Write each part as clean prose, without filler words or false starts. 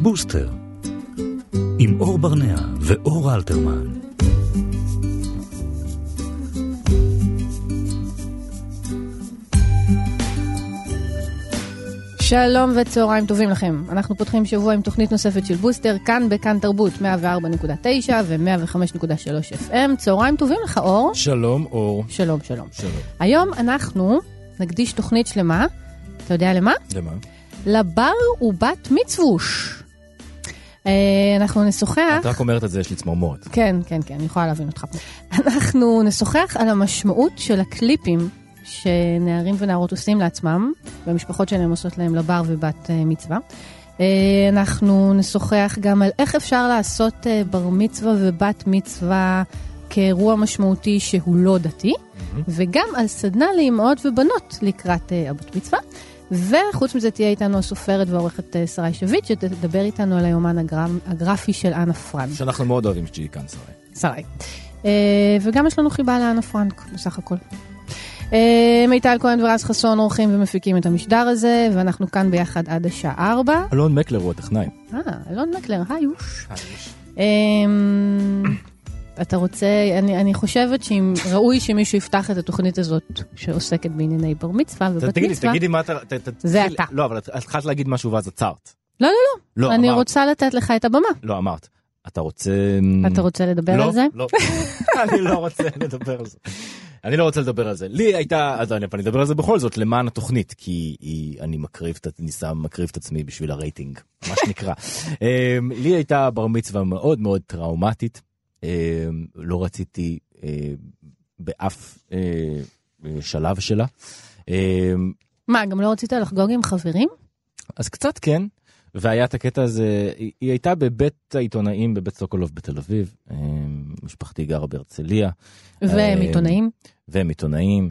בוסטר, עם אור ברנע ואור אלתרמן. שלום וצהריים טובים לכם. אנחנו פותחים שבוע עם תוכנית נוספת של בוסטר, כאן בכאן תרבות 104.9 ו-105.3 FM. צהריים טובים לך, אור. שלום, אור. שלום. היום אנחנו נקדיש תוכנית שלמה. אתה יודע למה? למה? לבר ובת מצווש. אנחנו נשוחח... את רק אומרת את זה, יש לי צמרמורת. כן, אני יכולה להבין אותך. אנחנו נשוחח על המשמעות של הקליפים שנערים ונערות עושים לעצמם, במשפחות שלהם עושות להם לבר ובת מצווה. אנחנו נשוחח גם על איך אפשר לעשות בר מצווה ובת מצווה כאירוע משמעותי שהוא לא דתי, וגם על סדנה לאמהות ובנות לקראת הבת מצווה. וחוץ מזה תהיה איתנו הסופרת והעורכת שרי שביט, שתדבר איתנו על היומן הגרפי של אנה פרנק. שאנחנו מאוד אוהבים שתהיי כאן, שרי. וגם יש לנו חיבה לאנה פרנק, בסך הכל. מיטל כהן ורז חסון עורכים ומפיקים את המשדר הזה, ואנחנו כאן ביחד עד השעה 4. אלון מקלר הוא הטכנאי. אלון מקלר, היוש. אתה רוצה, אני חושבת שראוי שמישהו יפתח את התוכנית הזאת שעוסקת בענייני בר מצווה ובת מצווה. תגידי מה אתה... זה אתה. לא, אבל את התחלת להגיד משהו ואז עצרת. לא. אני רוצה לתת לך את הבמה. לא, אמרת. אתה רוצה לדבר על זה? לא. אני לא רוצה לדבר על זה. אני לא רוצה לדבר על זה. לי הייתה, אז אני אדבר על זה בכל זאת, למען התוכנית, כי אני מקריב את עצמי בשביל הרייטינג, מה שנקרא. לי הייתה בר מצווה מאוד מאוד טראומטית, לא רציתי באף שלב שלה. מה, גם לא רצית לחגוג עם חברים? אז קצת כן. והיה את הקטע הזה, היא הייתה בבית העיתונאים, בבית סוקולוב בתל אביב, משפחתי גרה בהרצליה. והם עיתונאים? והם עיתונאים,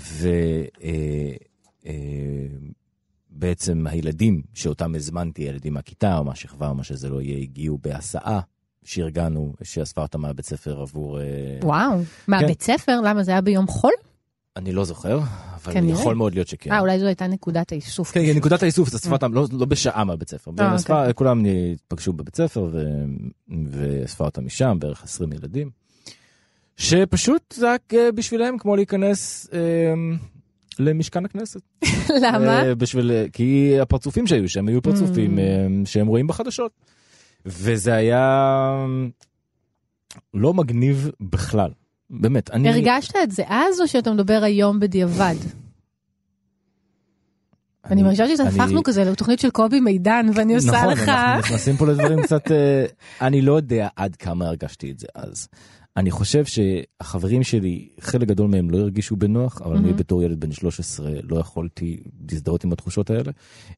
ובעצם הילדים שאותם הזמנתי, הילדים מהכיתה או מהשכבה או מה שזה לא יהיה, הגיעו בהסעה שארגנו, שאספה אותם מהבית ספר עבור... וואו, מהבית ספר? למה זה היה ביום חול? אני לא זוכר, אבל יכול מאוד להיות שכן. אולי זו הייתה נקודת האיסוף. כן, נקודת האיסוף, זה אספה אותם, לא בשעה מהבית ספר. כולם פגשו בבית ספר, ואספה אותם משם, בערך 20 ילדים, שפשוט זה רק בשבילהם כמו להיכנס למשכן הכנסת. למה? כי הפרצופים שהיו שם, היו פרצופים שהם רואים בחדשות. וזה היה לא מגניב בכלל. באמת, הרגשת את זה אז או שאתה מדבר היום בדיעבד? אני מרגישה שהפכנו כזה לתוכנית של קובי מידן, ואני עושה לך... נכון, אנחנו נכנסים פה לדברים קצת... אני לא יודע עד כמה הרגשתי את זה אז. אני חושב שהחברים שלי, חלק גדול מהם לא הרגישו בנוח, אבל אני בתור ילד בן 13 לא יכולתי להזדהות עם התחושות האלה.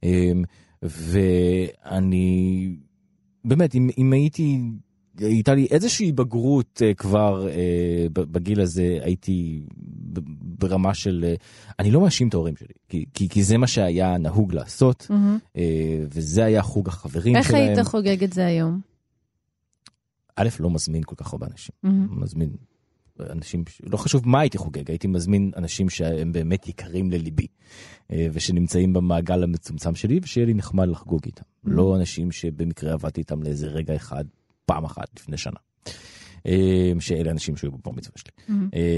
ואני... באמת, אם הייתה לי איזושהי בגרות כבר בגיל הזה, הייתי ברמה של, אני לא מאשים את ההורים שלי, כי זה מה שהיה נהוג לעשות, וזה היה חוג החברים איך שלהם. היית חוגג את זה היום? א', לא מזמין כל כך הרבה אנשים. מזמין אנשים, לא חשוב מה הייתי חוגג, הייתי מזמין אנשים שהם באמת יקרים לליבי, ושנמצאים במעגל המצומצם שלי, ושיהיה לי נחמד לחגוג איתם. לא אנשים שבמקרה עבדתי איתם לאיזה רגע אחד, פעם אחת לפני שנה. שאלה אנשים שהיו בבר מצווה שלי.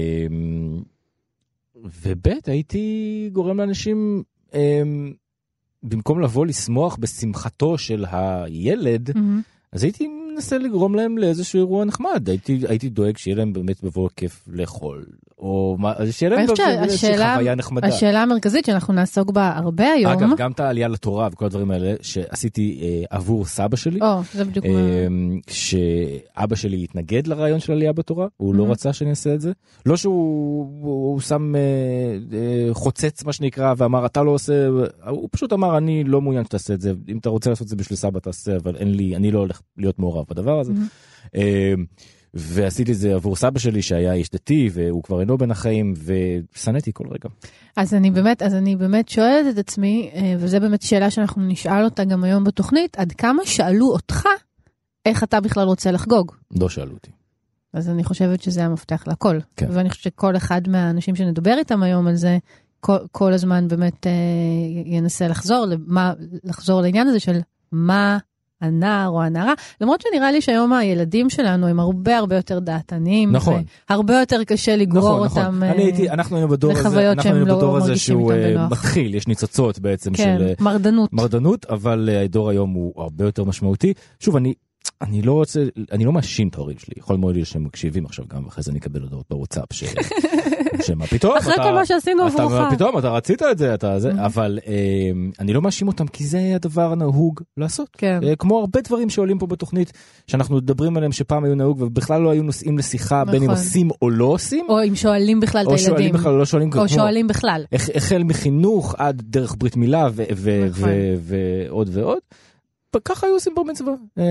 ובית, הייתי גורם לאנשים, במקום לבוא לשמוח בשמחתו של הילד, אז הייתי מנסה לגרום להם לאיזשהו אירוע נחמד. הייתי דואג שיהיה להם באמת בבוא כיף לאכול, או שיהיה להם איזושהי חוויה נחמדה. השאלה המרכזית שאנחנו נעסוק בה הרבה היום. אגב, גם את העלייה לתורה וכל הדברים האלה, שעשיתי עבור סבא שלי. זה בדיוק שאבא שלי התנגד לרעיון של עלייה בתורה, הוא לא רצה שאני אעשה את זה. לא שהוא שם חוצץ מה שנקרא, ואמר אתה לא עושה, הוא פשוט אמר אני לא מעוניין שתעשה את זה, אם אתה רוצה לעשות את זה בשביל סבא תעשה, אבל אני לא הולך להיות מעורב בדבר הזה. ועשיתי את זה עבור סבא שלי שהיה איש דתי, והוא כבר אינו בין החיים, וסנתי כל רגע. אז אני באמת שואלת את עצמי, וזה באמת שאלה שאנחנו נשאל אותה גם היום בתוכנית, עד כמה שאלו אותך, איך אתה בכלל רוצה לחגוג? לא שאלו אותי. אז אני חושבת שזה המפתח לכל. כן. ואני חושבת שכל אחד מהאנשים שנדבר איתם היום על זה, כל הזמן באמת ינסה לחזור לעניין הזה של מה הנער או הנערה, למרות שנראה לי שהיום הילדים שלנו הם הרבה הרבה יותר דעתנים, נכון. והרבה יותר קשה לגרור נכון, אותם אנחנו היינו בדור הזה שהוא מתחיל, יש ניצוצות בעצם של מרדנות, אבל הדור היום הוא הרבה יותר משמעותי. שוב, אני לא מאשים את ההורים שלי, יכול מאוד להיות שהם מקשיבים עכשיו גם, ואחרי זה אני אקבל הודעות בוואטסאפ שמה פתאום, אחרי כל מה שעשינו עבורך. פתאום, אתה רצית את זה, אבל אני לא מאשים אותם, כי זה הדבר הנהוג לעשות. כמו הרבה דברים שעולים פה בתוכנית, שאנחנו מדברים עליהם שפעם היו נהוג, ובכלל לא היו נושאים לשיחה, בין אם עושים או לא עושים. או אם שואלים בכלל את הילדים. או שואלים בכלל, לא שואלים. או שואלים בכלל. החל מחינוך עד דרך ברית מילה, ועוד ועוד. ככה היו עושים בר מצווה,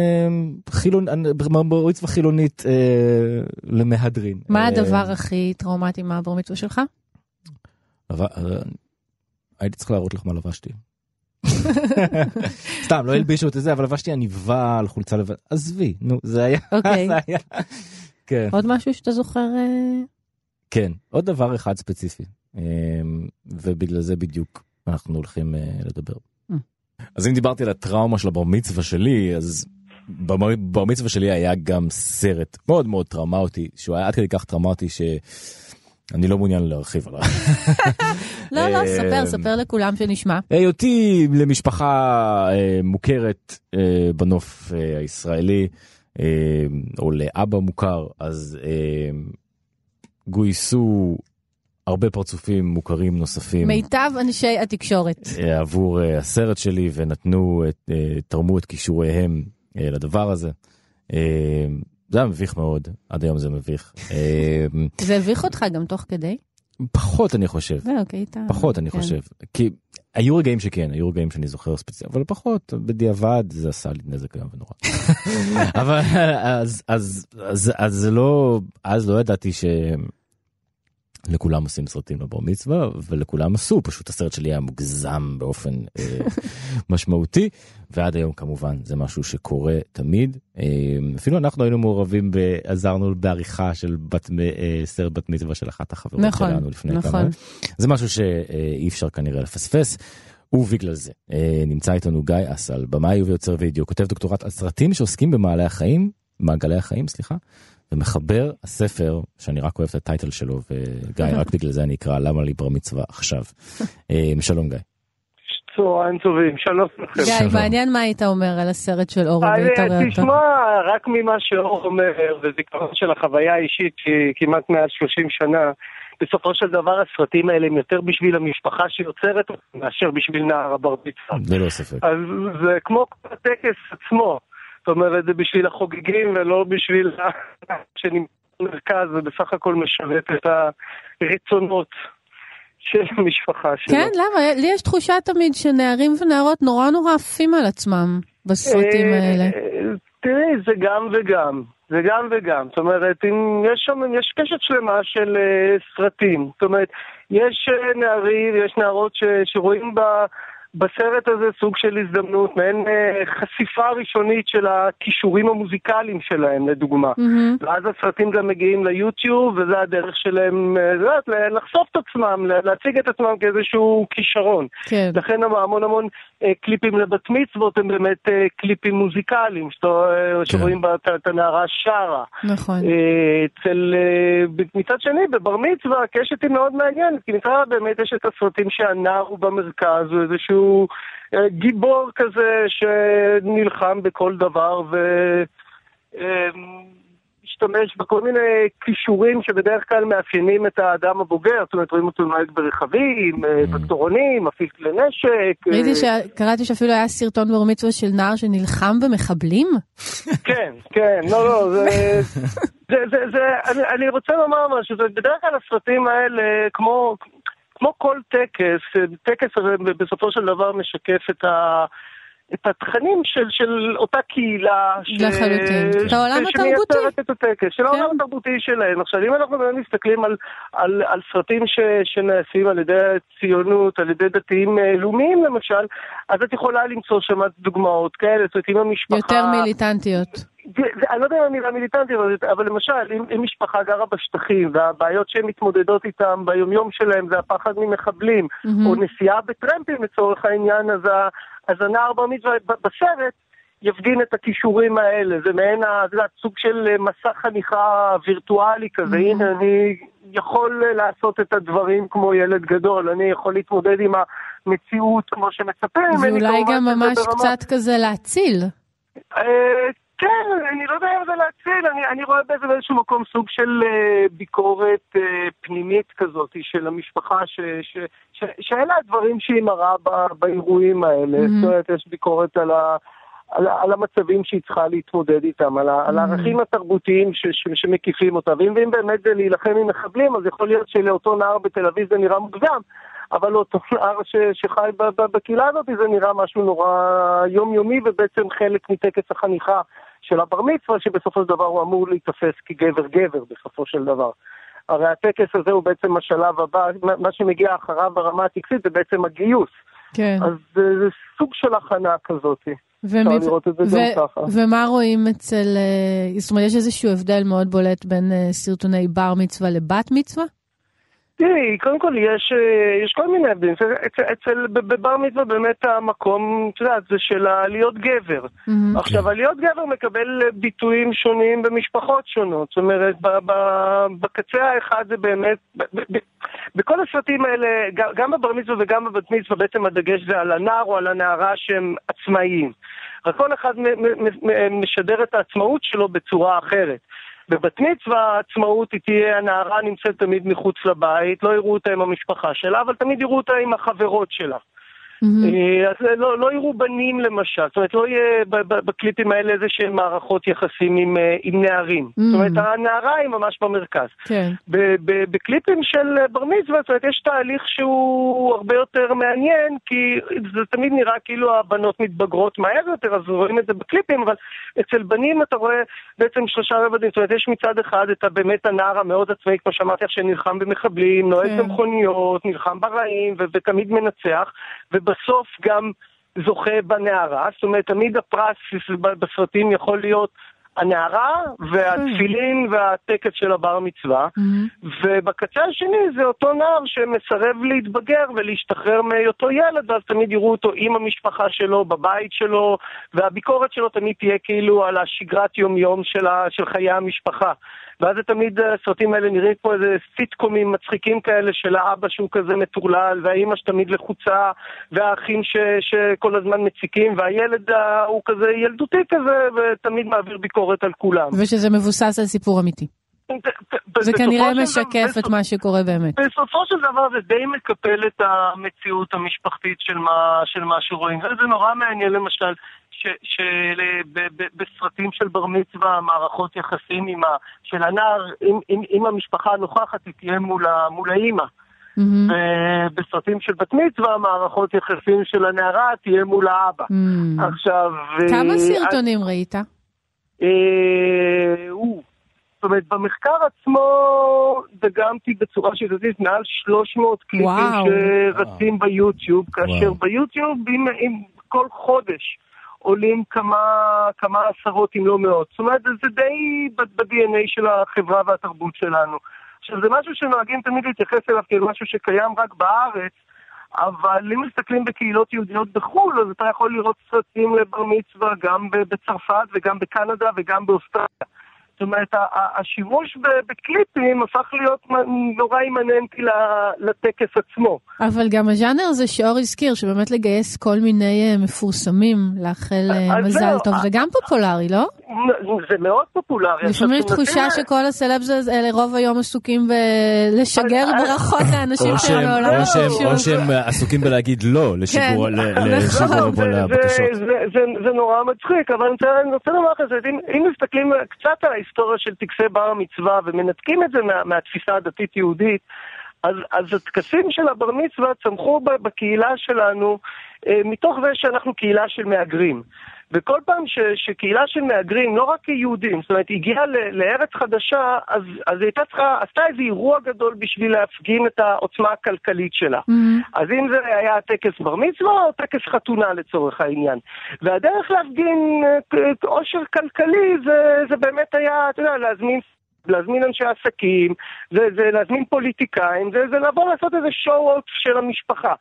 בר מצווה חילונית למהדרין. מה הדבר הכי טראומטי מהבר מצווה שלך? הייתי צריך להראות לך מה לבשתי. סתם, לא הלבישו את זה, אבל לבשתי עניבה על חולצה לבן. עזבי, נו, זה היה. עוד משהו שאתה זוכר? כן, עוד דבר אחד ספציפי, ובגלל זה בדיוק אנחנו הולכים לדבר. אז אם דיברתי על הטראומה של הבר מצווה שלי, אז בבר מצווה שלי היה גם סרט מאוד מאוד טראומטי, שהוא היה עד כדי כך טראומטי שאני לא מעוניין להרחיב עליו. לא, ספר לכולם שנשמע. היותי למשפחה מוכרת בנוף הישראלי, או לאבא מוכר, אז גויסו הרבה פרצופים מוכרים נוספים. מיטב אנשי התקשורת. עבור הסרט שלי, ונתנו, תרמו את כישוריהם לדבר הזה. זה היה מביך מאוד, עד היום זה מביך. זה הביך אותך גם תוך כדי? פחות אני חושב. פחות אני חושב. כי היו רגעים שכן, היו רגעים שאני זוכר ספציפי, אבל פחות, בדיעבד זה עשה לי נזק היום ונורא. אבל אז לא ידעתי לכולם עושים סרטים לבר מצווה, ולכולם עשו, פשוט הסרט שלי היה מוגזם באופן משמעותי, ועד היום כמובן זה משהו שקורה תמיד. אפילו אנחנו היינו מעורבים, עזרנו בעריכה של סרט בת מצווה של אחת החברות שלנו לפני כמה. זה משהו שאי אפשר כנראה לפספס, ובגלל זה נמצא איתנו גיא אסל, במאי ויוצר וידאו, כותב דוקטורט על סרטים שעוסקים במעגלי החיים, ומחבר הספר, שאני רק אוהב את הטייטל שלו, וגיא, רק בגלל זה אני אקרא למה לי בר מצווה עכשיו. שלום גיא. צהריים טובים, שלום לכם. גיא, מעניין מה היית אומר על הסרט של אור ויתר. תשמע, רק ממה שאור אומר, וזיכרון של החוויה האישית, כמעט מעל 30 שנה, בסופו של דבר הסרטים האלה הם יותר בשביל המשפחה שיוצרת, מאשר בשביל נער הבר מצווה. זה לא ספק. אז זה כמו הטקס עצמו. זאת אומרת, זה בשביל החוגגים ולא בשביל שנמצא במרכז, ובסך הכל משרת את הרצונות של המשפחה שלו. כן, למה? לי יש תחושה תמיד שנערים ונערות נורא עפים על עצמם בסרטים האלה. תראי, זה גם וגם. זה גם וגם. זאת אומרת, יש קשת שלמה של סרטים. זאת אומרת, יש נערים, יש נערות שרואים בסרט הזה סוג של הזדמנות, מעין חשיפה ראשונית של הכישורים המוזיקליים שלהם, לדוגמה. ואז הסרטים גם מגיעים ליוטיוב, וזה הדרך שלהם לחשוף את עצמם, להציג את עצמם כאיזשהו כישרון. כן. לכן המון קליפים לבת מצוות הם באמת קליפים מוזיקליים, שרואים את הנערה שרה. נכון. מצד שני, בבר מצווה הקשת היא מאוד מעניינת, כי נקרא באמת יש את הסרטים שהנער הוא במרכז, הוא איזשהו גיבור כזה שנלחם בכל דבר ומשתמש בכל מיני כישורים שבדרך כלל מאפיינים את האדם הבוגר. זאת אומרת, רואים אותו נוהג ברכבים, בטורונים, מפעיל כלי נשק. קראתי שאפילו היה סרטון בר מצווה של נער שנלחם במחבלים? כן, לא, אני רוצה לומר משהו, בדרך כלל הסרטים האלה, כמו כל טקס בסופו של דבר משקף את התכנים של אותה קהילה לחלוטין, את העולם התרבותי את הטקס, של העולם התרבותי שלהם. עכשיו, אם אנחנו באמת מסתכלים על סרטים שנעשים על ידי ציונות, על ידי דתיים לאומיים למשל, אז את יכולה למצוא שם דוגמאות כאלה, זאת אומרת, עם המשפחה יותר מיליטנטיות. אני לא יודע אם המילה מיליטנטית, אבל למשל, אם משפחה גרה בשטחים, והבעיות שהן מתמודדות איתם ביומיום שלהם, זה הפחד ממחבלים, או נסיעה בטרמפים לצורך העניין, אז הנער בר מצווה בסרט יפגין את הכישורים האלה, זה מעין סוג של מסע חניכה וירטואלי כזה, הנה אני יכול לעשות את הדברים כמו ילד גדול, אני יכול להתמודד עם המציאות כמו שמצפה. ואולי גם ממש קצת כזה להציל. כן, אני לא יודע אם זה להציל, אני רואה באיזשהו מקום סוג של ביקורת פנימית כזאת של המשפחה, שאלה הדברים שהיא מראה באירועים האלה, זאת אומרת, יש ביקורת על המצבים שהיא צריכה להתמודד איתם, על הערכים התרבותיים שמקיפים אותה, ואם באמת זה להילחם עם מחבלים, אז יכול להיות שלאותו נער בתל אביב זה נראה מוקדם, אבל לאותו נער שחי בקהילה הזאת זה נראה משהו נורא יומיומי, ובעצם חלק מטקס החניכה של הבר מצווה, שבסופו של דבר הוא אמור להתאפס כגבר בסופו של דבר. הרי הטקס הזה הוא בעצם השלב הבא, מה שמגיע אחריו ברמה הטקסית זה בעצם הגיוס. כן. אז זה סוג של הכנה כזאת. ומה רואים אצל, זאת אומרת, יש איזשהו הבדל מאוד בולט בין סרטוני בר מצווה לבת מצווה? תראי, קודם כל יש כל מיני הבדלים. בבר מצווה באמת המקום, אתה יודע, זה של להיות גבר. עכשיו, להיות גבר מקבל ביטויים שונים במשפחות שונות. זאת אומרת, בקצה האחד זה באמת, בכל הסרטים האלה, גם בבר מצווה וגם בבת מצווה, בעצם הדגש זה על הנער או על הנערה שהם עצמאיים. רק כל אחד משדר את העצמאות שלו בצורה אחרת. בבת מצווה העצמאות היא תהיה, הנערה נמצאת תמיד מחוץ לבית, לא יראו אותה עם המשפחה שלה, אבל תמיד יראו אותה עם החברות שלה. אז לא יראו בנים למשל, זאת אומרת לא יהיה בקליפים האלה איזה שהן מערכות יחסים עם נערים, זאת אומרת הנערה היא ממש במרכז. בקליפים של בר מצווה, זאת אומרת יש תהליך שהוא הרבה יותר מעניין, כי זה תמיד נראה כאילו הבנות מתבגרות מהר יותר, אז רואים את זה בקליפים, אבל אצל בנים אתה רואה בעצם שלושה רבדים, זאת אומרת יש מצד אחד את באמת הנער המאוד עצמאי, כמו שאמרתי, שנלחם במחבלים, נוהג במכוניות, נלחם ברעים ותמיד מנצח, ובסוף גם זוכה בנערה, זאת אומרת, תמיד הפרס בסרטים יכול להיות הנערה והתפילין והטקס של הבר מצווה, ובקצה השני זה אותו נער שמסרב להתבגר ולהשתחרר מאותו ילד, ואז תמיד יראו אותו עם המשפחה שלו, בבית שלו, והביקורת שלו תמיד תהיה כאילו על השגרת יום-יום של חיי המשפחה. ואז תמיד הסרטים האלה נראים פה איזה סיטקומים מצחיקים כאלה של האבא שהוא כזה מטורלל, והאמא שתמיד לחוצה, והאחים שכל הזמן מציקים, והילד הוא כזה ילדותי כזה, ותמיד מעביר ביקורת על כולם. ושזה מבוסס על סיפור אמיתי. זה כנראה משקף את מה שקורה באמת. בסופו של דבר זה די מקפל את המציאות המשפחתית של מה שרואים. זה נורא מעניין למשל, שבסרטים של בר מצווה מערכות יחסים של הנער עם המשפחה הנוכחת תהיה מול האמא, ובסרטים של בת מצווה מערכות יחסים של הנערה תהיה מול האבא. עכשיו, כמה סרטונים ראית? זאת אומרת, במחקר עצמו דגמתי בצורה שיטתית מעל 300 קליפים שרצים ביוטיוב, כאשר ביוטיוב כל חודש עולים כמה עשרות אם לא מאות. זאת אומרת, זה די ב-DNA של החברה והתרבות שלנו. עכשיו, זה משהו שנוהגים תמיד להתייחס אליו כאל משהו שקיים רק בארץ, אבל אם מסתכלים בקהילות יהודיות בחו"ל, אז אתה יכול לראות סרטים לבר מצווה גם בצרפת וגם בקנדה וגם באוסטרליה. זאת אומרת, השימוש בקליפים הפך להיות נורא אימננטי לטקס עצמו. אבל גם הז'אנר זה שאור הזכיר, שבאמת לגייס כל מיני מפורסמים לאחל מזל טוב, זה גם פופולרי, לא? זה מאוד פופולרי. לפעמים יש תחושה שכל הסלבס האלה רוב היום עסוקים לשגר ברכות לאנשים שהם מעולם. או שהם עסוקים בלהגיד לא לשיגור לבקשות. זה נורא מצחיק, אבל אני רוצה לומר לך, אם מסתכלים קצת על ההיסטוריה של טקסי בר המצווה ומנתקים את זה מהתפיסה הדתית יהודית, אז הטקסים של הבר מצווה צמחו בקהילה שלנו מתוך זה שאנחנו קהילה של מהגרים. וכל פעם שקהילה של מהגרים, לא רק כיהודים, זאת אומרת, הגיעה לארץ חדשה, אז היא עשתה איזה אירוע גדול בשביל להפגין את העוצמה הכלכלית שלה. אז אם זה היה טקס בר מצווה או טקס חתונה לצורך העניין. והדרך להפגין עושר כלכלי זה באמת היה, אתה יודע, להזמין אנשי עסקים, זה להזמין פוליטיקאים, זה לבוא לעשות איזה show-off של המשפחה.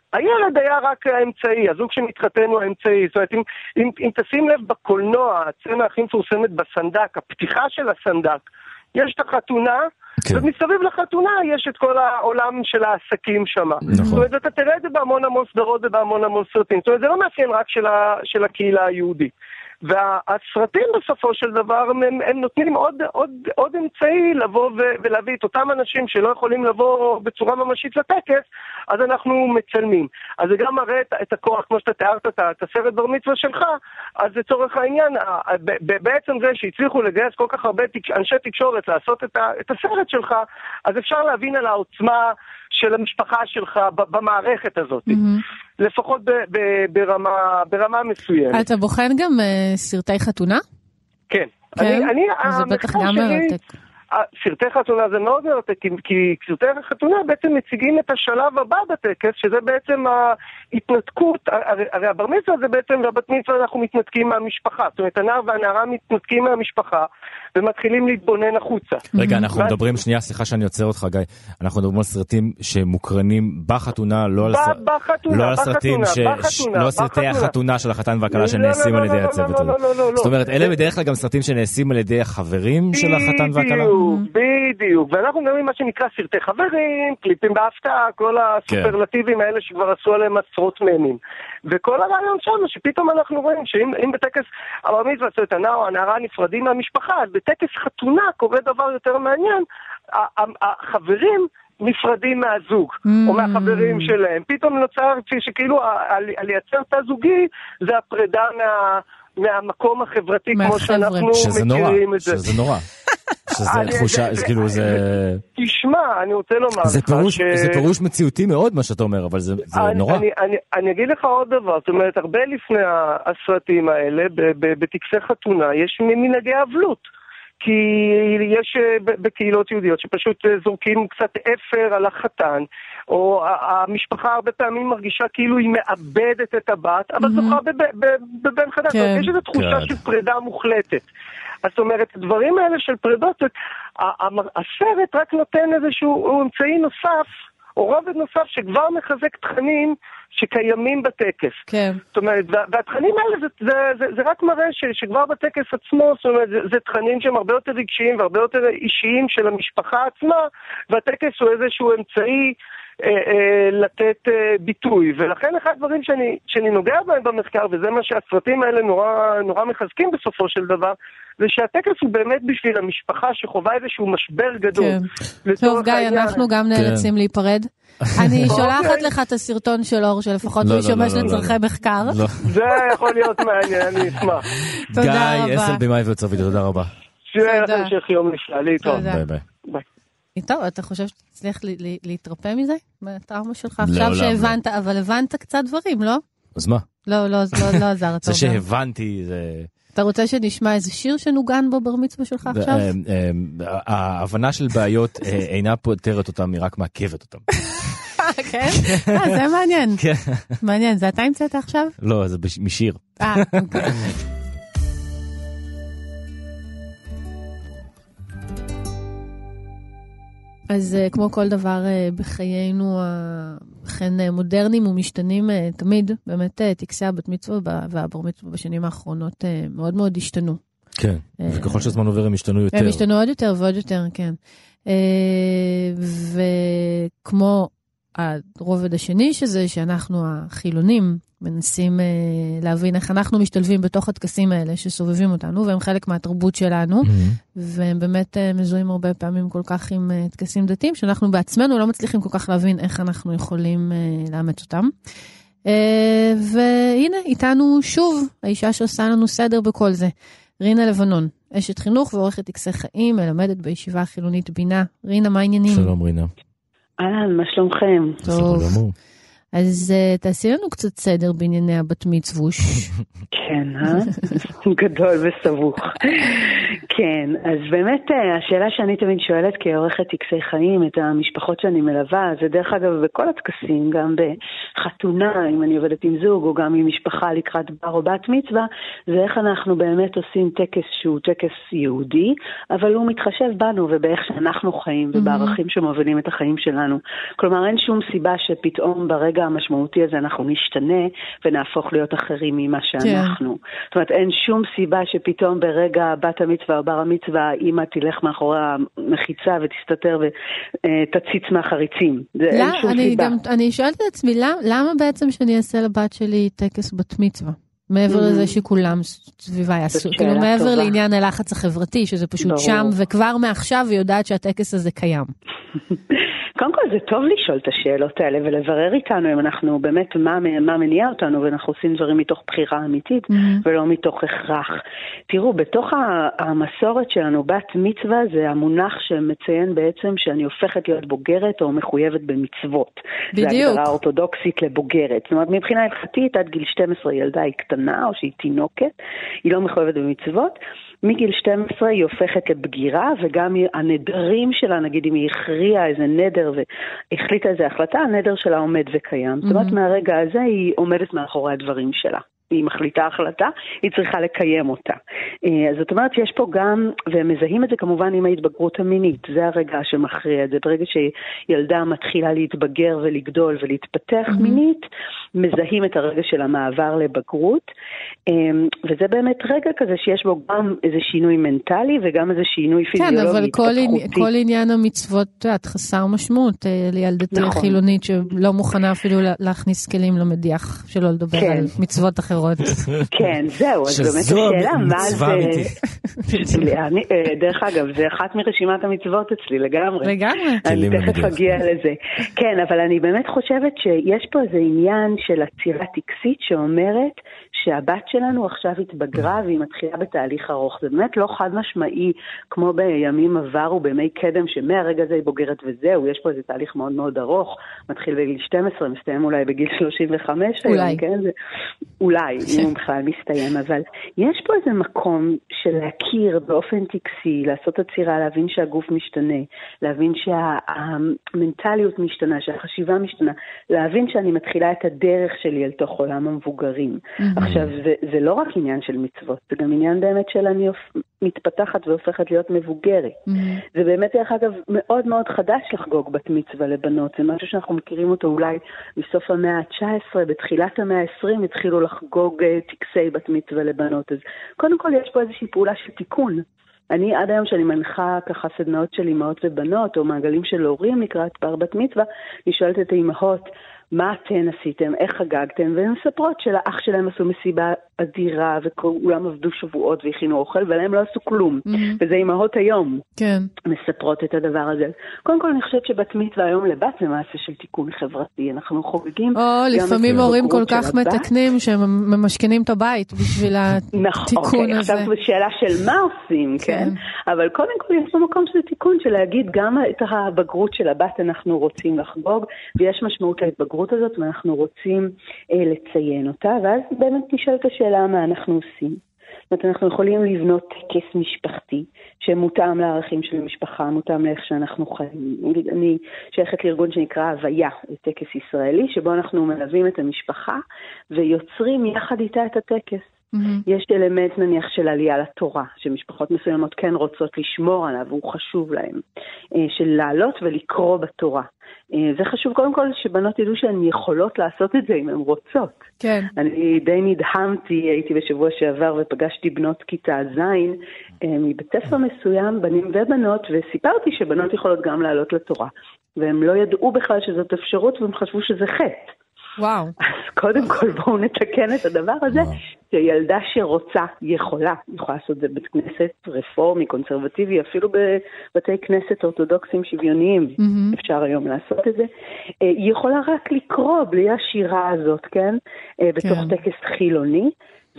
הילד היה רק האמצעי, הזוג שמתחתן הוא האמצעי. זאת אומרת, אם תשים לב בקולנוע, הצצנה הכי מפורסמת בסנדק, הפתיחה של הסנדק, יש את החתונה, ומסביב לחתונה יש את כל העולם של העסקים שם. זאת אומרת, אתה תראה את זה בהמון המון סדרות ובהמון המון סרטים. זאת אומרת, זה לא מאפיין רק של הקהילה היהודית. והסרטים בסופו של דבר הם נותנים עוד אמצעי לבוא ולהביא את אותם אנשים שלא יכולים לבוא בצורה ממשית לטקס, אז אנחנו מצלמים. אז זה גם מראה את הכוח, כמו שאתה תיארת את הסרט בר מצווה שלך, אז לצורך העניין, בעצם זה שהצליחו לגייס כל כך הרבה אנשי תקשורת לעשות את הסרט שלך, אז אפשר להבין על העוצמה של המשפחה שלך במערכת הזאת. לפחות ברמה מסוימת. אתה בוחן גם סרטי חתונה? כן. זה בטח גם מרתק. סרטי חתונה זה מאוד מרתק, כי סרטי חתונה בעצם מציגים את השלב הבא בטקס, שזה בעצם ההתנתקות, הרי הבר מצווה זה בעצם, והבת מצווה אנחנו מתנתקים מהמשפחה, זאת אומרת הנער והנערה מתנתקים מהמשפחה, ומתחילים להתבונן החוצה. רגע, אנחנו מדברים, שנייה, סליחה שאני עוצר אותך גיא, אנחנו מדברים על סרטים שמוקרנים בחתונה, לא על סרטים, לא סרטי החתונה של החתן והכלה שנעשים על ידי הצוות. זאת אומרת, אלה בדרך כלל גם סרטים שנעשים על ידי החברים של החתן והכלה? בדיוק, ואנחנו מדברים מה שנקרא סרטי חברים, קליפים בהפתעה, כל הסופרלטיבים האלה שכבר עשו עליהם עשרות ממים. וכל הרעיון שם, שפתאום אנחנו רואים שאם בטקס הבר מצווה את הנער או הנערה נפרדים מהמשפחה, אז בטקס חתונה קורה דבר יותר מעניין, החברים נפרדים מהזוג, או מהחברים שלהם. פתאום נוצר שכאילו לייצר את הזוגי, זה הפרידה מהמקום החברתי, כמו שאנחנו מכירים את זה. שזה נורא. שזה תחושה, זה כאילו זה... תשמע, אני רוצה לומר לך זה פירוש מציאותי מאוד מה שאתה אומר, אבל זה נורא. אני אגיד לך עוד דבר, זאת אומרת, הרבה לפני הסרטים האלה, בטקסי חתונה, יש מנהגי אבלות. כי יש בקהילות יהודיות שפשוט זורקים קצת אפר על החתן, או המשפחה הרבה פעמים מרגישה כאילו היא מאבדת את הבת, אבל זוכה בבן חדש. יש איזו תחושה של פרידה מוחלטת. זאת אומרת, הדברים האלה של פרידות, הסרט רק נותן איזשהו אמצעי נוסף, או רובד נוסף שכבר מחזק תכנים שקיימים בטקס. כן. זאת אומרת, והתכנים האלה זה רק מראה שכבר בטקס עצמו, זאת אומרת, זה תכנים שהם הרבה יותר רגשיים והרבה יותר אישיים של המשפחה עצמה, והטקס הוא איזשהו אמצעי לתת ביטוי. ולכן אחד הדברים שאני נוגע בהם במחקר, וזה מה שהסרטים האלה נורא מחזקים בסופו של דבר, זה שהטקס הוא באמת בשביל המשפחה שחובה איזשהו משבר גדול. טוב גיא, אנחנו גם נאלצים להיפרד. אני שולחת לך את הסרטון של אור, שלפחות הוא ישמש לצרכי מחקר. זה יכול להיות מעניין, אני אשמח. גיא, 10 במאי וצובי, תודה רבה. שיהיה לכם המשך יום נפלא, להתראות. ביי ביי. טוב, אתה חושב שתצליח להתרפא מזה? מהטראומה שלך? עכשיו שהבנת, אבל הבנת קצת דברים, לא? אז מה? לא עזר. זה שהבנתי, זה... אתה רוצה שנשמע איזה שיר שנוגן בו בר מצווה שלך עכשיו? ההבנה של בעיות אינה פותרת אותם, היא רק מעכבת אותם. כן? זה מעניין. מעניין, זה אתה המצאת עכשיו? לא, זה משיר. אוקיי. אז כמו כל דבר בחיינו אכן מודרניים ומשתנים תמיד, באמת טקסי הבת מצווה והבר מצווה בשנים האחרונות מאוד מאוד השתנו. כן, וככל שהזמן עובר הם השתנו יותר. הם השתנו עוד יותר ועוד יותר, כן. וכמו הרובד השני שזה שאנחנו החילונים מנסים להבין איך אנחנו משתלבים בתוך הטקסים האלה שסובבים אותנו, והם חלק מהתרבות שלנו, והם באמת מזוהים הרבה פעמים כל כך עם טקסים דתיים, שאנחנו בעצמנו לא מצליחים כל כך להבין איך אנחנו יכולים לאמץ אותם. והנה, איתנו שוב, האישה שעושה לנו סדר בכל זה, רינה לבנון, אשת חינוך ועורכת טקסי חיים, מלמדת בישיבה החילונית בינה. רינה, מה העניינים? שלום רינה. אהלן, מה שלומכם? טוב. אז תעשי לנו קצת סדר בענייני הבת מצווש. כן, גדול וסבוך. כן, אז באמת השאלה שאני תמיד שואלת כעורכת טקסי חיים את המשפחות שאני מלווה, זה דרך אגב בכל הטקסים, גם בחתונה, אם אני עובדת עם זוג, או גם עם משפחה לקראת בר או בת מצווה, זה איך אנחנו באמת עושים טקס שהוא טקס יהודי, אבל הוא מתחשב בנו ובאיך שאנחנו חיים ובערכים שמובילים את החיים שלנו. כלומר, אין שום סיבה שפתאום ברגע המשמעותי הזה אנחנו נשתנה ונהפוך להיות אחרים ממה שאנחנו. זאת אומרת, אין שום סיבה שפתאום ברגע בת המצווה או בר המצווה, אמא תלך מאחורי המחיצה ותסתתר ותציץ מהחריצים. אין שום סיבה. אני שואלת את עצמי, למה בעצם שאני אעשה לבת שלי טקס בת מצווה? מעבר לזה שכולם סביבה יעשו, כאילו מעבר לעניין הלחץ החברתי, שזה פשוט שם, וכבר מעכשיו היא יודעת שהטקס הזה קיים. קודם כל זה טוב לשאול את השאלות האלה ולברר איתנו אם אנחנו באמת מה מניע אותנו ואנחנו עושים דברים מתוך בחירה אמיתית ולא מתוך הכרח. תראו, בתוך המסורת שלנו בת מצווה זה המונח שמציין בעצם שאני הופכת להיות בוגרת או מחויבת במצוות. בדיוק. זה הגדרה אורתודוקסית לבוגרת. זאת אומרת, מבחינה הלכתית עד גיל 12 ילדה היא קטנה או שהיא תינוקת, היא לא מחויבת במצוות. מגיל 12 היא הופכת לבגירה, וגם הנדרים שלה, נגיד אם היא הכריעה איזה נדר והחליטה איזה החלטה, הנדר שלה עומד וקיים. זאת אומרת, מהרגע הזה היא עומדת מאחורי הדברים שלה. היא מחליטה החלטה, היא צריכה לקיים אותה. אז זאת אומרת, יש פה גם, ומזהים את זה כמובן עם ההתבגרות המינית, זה הרגע שמכריע את זה. ברגע שילדה מתחילה להתבגר ולגדול ולהתפתח מינית, מזהים את הרגע של המעבר לבגרות, וזה באמת רגע כזה שיש בו גם איזה שינוי מנטלי וגם איזה שינוי פיזיולוגי. כן, אבל כל עניין המצוות חסר משמעות לילדתי חילונית שלא מוכנה אפילו להכניס כלים למדיח, שלא לדבר על מצוות אחרות. כן, זהו, אז באמת השאלה, מה זה... דרך אגב, זה אחת מרשימת המצוות אצלי, לגמרי. אני תכף אגיע לזה. כן, אבל אני באמת חושבת שיש פה איזה עניין של עצירה טקסית שאומרת שהבת שלנו עכשיו התבגרה והיא מתחילה בתהליך ארוך. זה באמת לא חד משמעי כמו בימים עברו, בימי קדם, שמהרגע הזה היא בוגרת וזהו, יש פה איזה תהליך מאוד מאוד ארוך, מתחיל בגיל 12, מסתיים אולי בגיל 35 היום, כן? אולי, אם הוא בכלל מסתיים, אבל יש פה איזה מקום של להכיר באופן טקסי, לעשות עצירה, להבין שהגוף משתנה, להבין שהמנטליות משתנה, שהחשיבה משתנה, להבין שאני מתחילה את הדרך שלי אל תוך עולם המבוגרים. עכשיו, זה לא רק עניין של מצוות, זה גם עניין באמת של אני מתפתחת והופכת להיות מבוגרת. זה באמת, דרך אגב, מאוד מאוד חדש לחגוג בת מצווה לבנות. זה משהו שאנחנו מכירים אותו אולי בסוף המאה ה-19, בתחילת המאה ה-20 התחילו לחגוג טקסי בת מצווה לבנות. אז קודם כל יש פה איזושהי פעולה של תיקון. אני עד היום שאני מנחה ככה סדנאות של אמהות ובנות, או מעגלים של הורים לקראת בת מצווה, אני שואלת את האמהות, מה אתן עשיתם, איך חגגתם, והן מספרות שלאח שלהם עשו מסיבה אדירה, וכולם עבדו שבועות והכינו אוכל, ולהם לא עשו כלום. וזה אמהות היום מספרות את הדבר הזה. קודם כל אני חושבת שבת מצווה היום לבת זה מעשה של תיקון חברתי. אנחנו חוגגים. לפעמים הורים כל כך מתקנים שהם ממשכנים את הבית בשביל התיקון הזה. עכשיו בשאלה של מה עושים, כן? אבל קודם כל יש במקום שזה תיקון, של להגיד גם את הבגרות של הבת אנחנו רוצים לחגוג, ויש משמעות להתבגרות הזאת, ואנחנו רוצים לציין אותה, ואז באמת נשאלת השאלה מה אנחנו עושים. זאת אומרת, אנחנו יכולים לבנות טקס משפחתי, שמותאם לערכים של המשפחה, מותאם לאיך שאנחנו חיים. אני שייכת לארגון שנקרא הוויה, טקס ישראלי, שבו אנחנו מלווים את המשפחה, ויוצרים יחד איתה את הטקס. יש אלמנט נניח של עלייה לתורה, שמשפחות מסוימות כן רוצות לשמור עליו, והוא חשוב להם, של לעלות ולקרוא בתורה. זה חשוב קודם כל שבנות ידעו שהן יכולות לעשות את זה אם הן רוצות. כן. אני די נדהמתי, הייתי בשבוע שעבר ופגשתי בנות כיתה ז' מבית ספר מסוים, בנים ובנות, וסיפרתי שבנות יכולות גם לעלות לתורה. והם לא ידעו בכלל שזאת אפשרות והם חשבו שזה חטא. וואו. אז קודם כל בואו נתקן את הדבר הזה, שילדה שרוצה יכולה לעשות את זה בית כנסת רפורמי, קונסרבטיבי, אפילו בבתי כנסת אורתודוקסים שוויוניים, אפשר היום לעשות את זה. היא יכולה רק לקרוא בלי השירה הזאת, כן? בתוך טקס חילוני,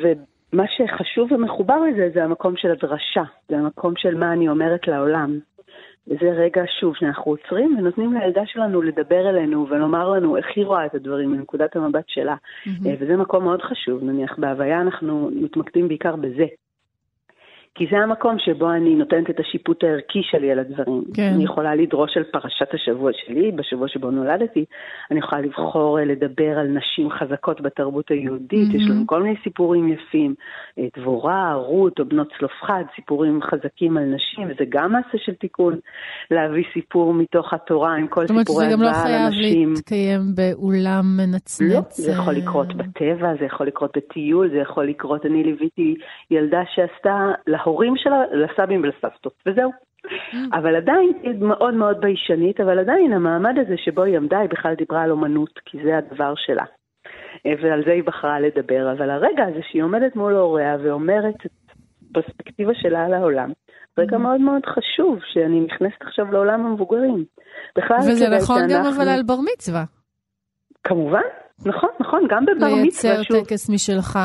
ומה שחשוב ומחובר לזה, זה המקום של הדרשה, זה המקום של מה אני אומרת לעולם. וזה רגע שוב שאנחנו עוצרים ונותנים לילדה שלנו לדבר אלינו ולומר לנו איך היא רואה את הדברים מנקודת המבט שלה. וזה מקום מאוד חשוב. נניח בהוויה אנחנו מתמקדים בעיקר בזה. כי זה המקום שבו אני נותנת את השיפוט הערכי שלי על הדברים. כן. אני יכולה לדרוש על פרשת השבוע שלי, בשבוע שבו נולדתי, אני יכולה לבחור לדבר על נשים חזקות בתרבות היהודית, יש לנו כל מיני סיפורים יפים, דבורה, רות או בנות צלופחד, סיפורים חזקים על נשים, וזה גם מעשה של תיקון, להביא סיפור מתוך התורה עם כל סיפורי הדבר על הנשים. זה גם לא חייב להתקיים באולם מנצנץ. לא, זה יכול לקרות בטבע, זה יכול לקרות בטיול, זה יכול לקרות, אני ליוויתי ילדה שעשתה להורים שלה, לסבים ולסבתות, וזהו. אבל עדיין, היא מאוד מאוד ביישנית, אבל עדיין המעמד הזה שבו היא עמדה, היא בכלל דיברה על אומנות, כי זה הדבר שלה. ועל זה היא בחרה לדבר, אבל הרגע הזה שהיא עומדת מול הוריה ואומרת את הפרספקטיבה שלה על העולם, רגע מאוד מאוד חשוב שאני נכנסת עכשיו לעולם המבוגרים. וזה נכון גם אבל על בר מצווה. כמובן, נכון, גם בבר מצווה. לייצר טקס משלך.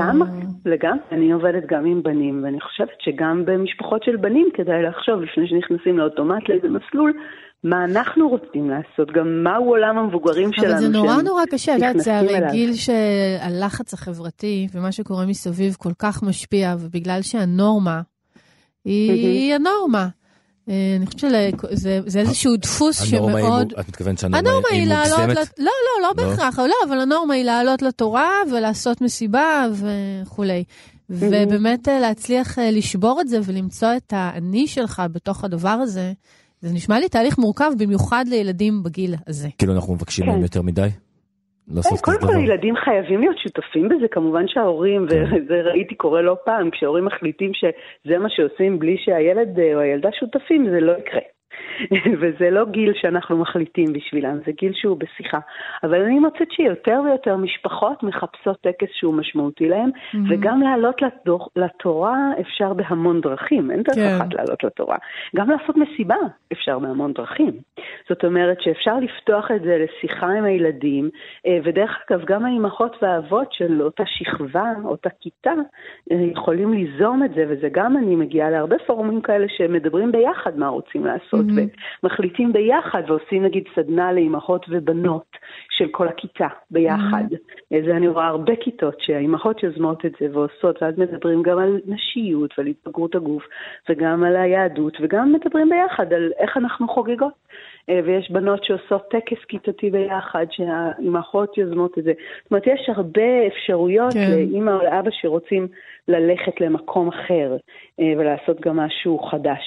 לגמרי, אני עובדת גם עם בנים, ואני חושבת שגם במשפחות של בנים כדאי לחשוב, לפני שנכנסים לאוטומט לאיזה מסלול, מה אנחנו רוצים לעשות, גם מהו עולם המבוגרים שלנו. אבל זה נורא קשה, זה הרגיל שהלחץ החברתי ומה שקורה מסביב כל כך משפיע, ובגלל שהנורמה היא הנורמה. אני חושבת שזה איזשהו דפוס שמאוד... את מתכוונת שהנורמה היא מוגזמת? לא בהכרח, אבל הנורמה היא לעלות לתורה ולעשות מסיבה וכולי. ובאמת להצליח לשבור את זה ולמצוא את האני שלך בתוך הדבר הזה, זה נשמע לי תהליך מורכב במיוחד לילדים בגיל הזה. כאילו אנחנו מבקשים מהם יותר מדי? קודם כל הילדים חייבים להיות שותפים בזה, כמובן שההורים, וזה ראיתי קורה לא פעם, כשההורים מחליטים שזה מה שעושים בלי שהילד או הילדה שותפים, זה לא יקרה. וזה לא גיל שאנחנו מחליטים בשבילם, זה גיל שהוא בשיחה. אבל אני מוצאת שיותר ויותר משפחות מחפשות טקס שהוא משמעותי להם, וגם לעלות לתורה אפשר בהמון דרכים, אין דרך אחת לעלות לתורה. גם לעשות מסיבה אפשר בהמון דרכים. זאת אומרת שאפשר לפתוח את זה לשיחה עם הילדים, ודרך אגב גם האימהות והאבות של אותה שכבה, אותה כיתה, יכולים ליזום את זה, וזה גם אני מגיעה להרבה פורומים כאלה שמדברים ביחד מה רוצים לעשות, ומחליטים ביחד, ועושים נגיד סדנה לאימהות ובנות של כל הכיתה ביחד. זה אני רואה הרבה כיתות שהאימהות יוזמות את זה ועושות, ואז מדברים גם על נשיות ועל התבגרות הגוף, וגם על היהדות, וגם מדברים ביחד על איך אנחנו חוגגות. ויש בנות שעושות טקס כיתתי ביחד, שהאימהות יוזמות את זה. זאת אומרת, יש הרבה אפשרויות לאמא או לאבא שרוצים ללכת למקום אחר, ולעשות גם משהו חדש.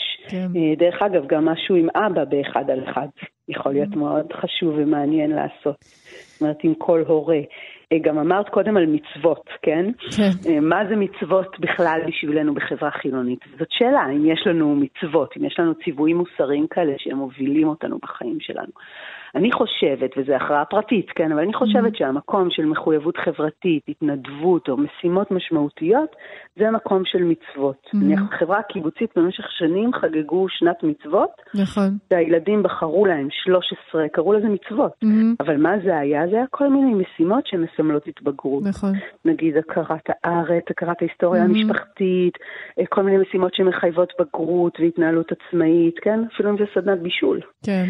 דרך אגב, גם משהו עם אבא באחד על אחד. יכול להיות מאוד חשוב ומעניין לעשות. זאת אומרת, עם כל הורה. גם אמרת קודם על מצוות, כן? מה זה מצוות בכלל בשבילנו בחברה חילונית? זאת שאלה, אם יש לנו מצוות, אם יש לנו ציוויים מוסריים כאלה שהם מובילים אותנו בחיים שלנו. אני חושבת, וזו הכרעה פרטית, כן, אבל אני חושבת שהמקום של מחויבות חברתית, התנדבות או משימות משמעותיות, זה מקום של מצוות. החברה הקיבוצית במשך שנים חגגו שנת מצוות, נכון. והילדים בחרו להם 13, קראו לזה מצוות. אבל מה זה היה? זה היה כל מיני משימות שמסמלות התבגרות. נכון. נגיד הכרת הארץ, הכרת ההיסטוריה המשפחתית, כל מיני משימות שמחייבות בגרות והתנהלות עצמאית, כן? אפילו אם זה סדנת בישול. כן.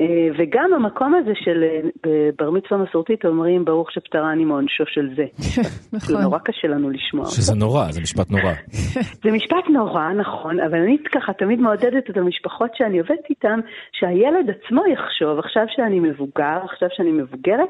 וגם המקום הזה של בר מצווה מסורתית אומרים ברוך שפטרני מעונשו של זה. זה נורא קשה לנו לשמוע. שזה נורא, זה משפט נורא. זה משפט נורא, נכון, אבל אני ככה תמיד מעודדת את המשפחות שאני עובדת איתן, שהילד עצמו יחשוב, עכשיו שאני מבוגר, עכשיו שאני מבוגרת,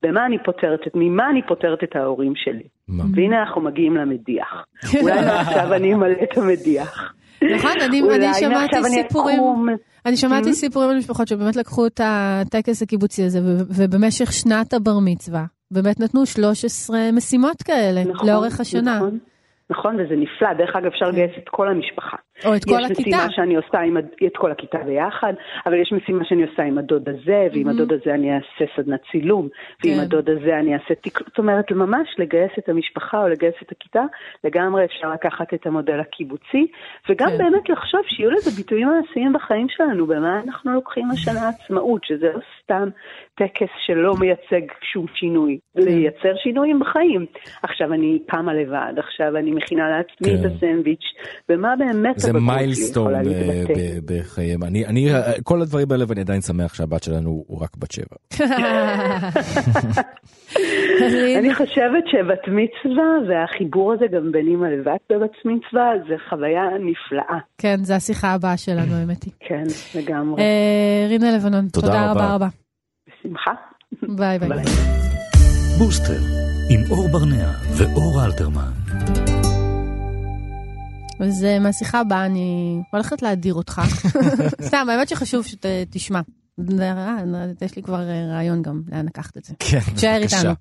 ממה אני פותרת את ההורים שלי. והנה אנחנו מגיעים למדיח. אולי עכשיו אני אמלא את המדיח. נכון, אני שמעתי סיפורים. אני שמעתי סיפורים על משפחות שבאמת לקחו את הטקס הקיבוצי הזה, ובמשך שנת הבר מצווה, באמת נתנו 13 משימות כאלה לאורך השנה. נכון, וזה נפלא. דרך אגב, אפשר לגייס את כל המשפחה. או את כל הכיתה. יש משימה שאני עושה את כל הכיתה ביחד, אבל יש משימה שאני עושה עם הדוד הזה, ועם הדוד הזה אני אעשה סדנת צילום, ועם הדוד הזה אני אעשה תיקון. זאת אומרת, ממש לגייס את המשפחה או לגייס את הכיתה, לגמרי אפשר לקחת את המודל הקיבוצי, וגם באמת לחשוב שיהיו לזה ביטויים מעשיים בחיים שלנו, במה אנחנו לוקחים השנה עצמאות, שזה לא סתם טקס שלא מייצג שום שינוי, לייצר שינויים בחיים. עכשיו אני קמה לבד, עכשיו אני מכינה לעצמי את הסנדוויץ', ומה באמת זה זה מיילסטון בחיים. כל הדברים האלה, ואני עדיין שמח שהבת שלנו הוא רק בת 7. אני חושבת שבת מצווה, והחיבור הזה גם בין אמא לבת בבת מצווה, זה חוויה נפלאה. כן, זה השיחה הבאה שלנו, האמת היא. כן, לגמרי. רינה לבנון, תודה רבה. בשמחה. ביי ביי. בוסטר, עם אור ברנע ואור אלתרמן. אז מהשיחה הבאה אני הולכת להדיר אותך. סתם, האמת שחשוב שתשמע. יש לי כבר רעיון גם לאן לקחת את זה. כן, בבקשה.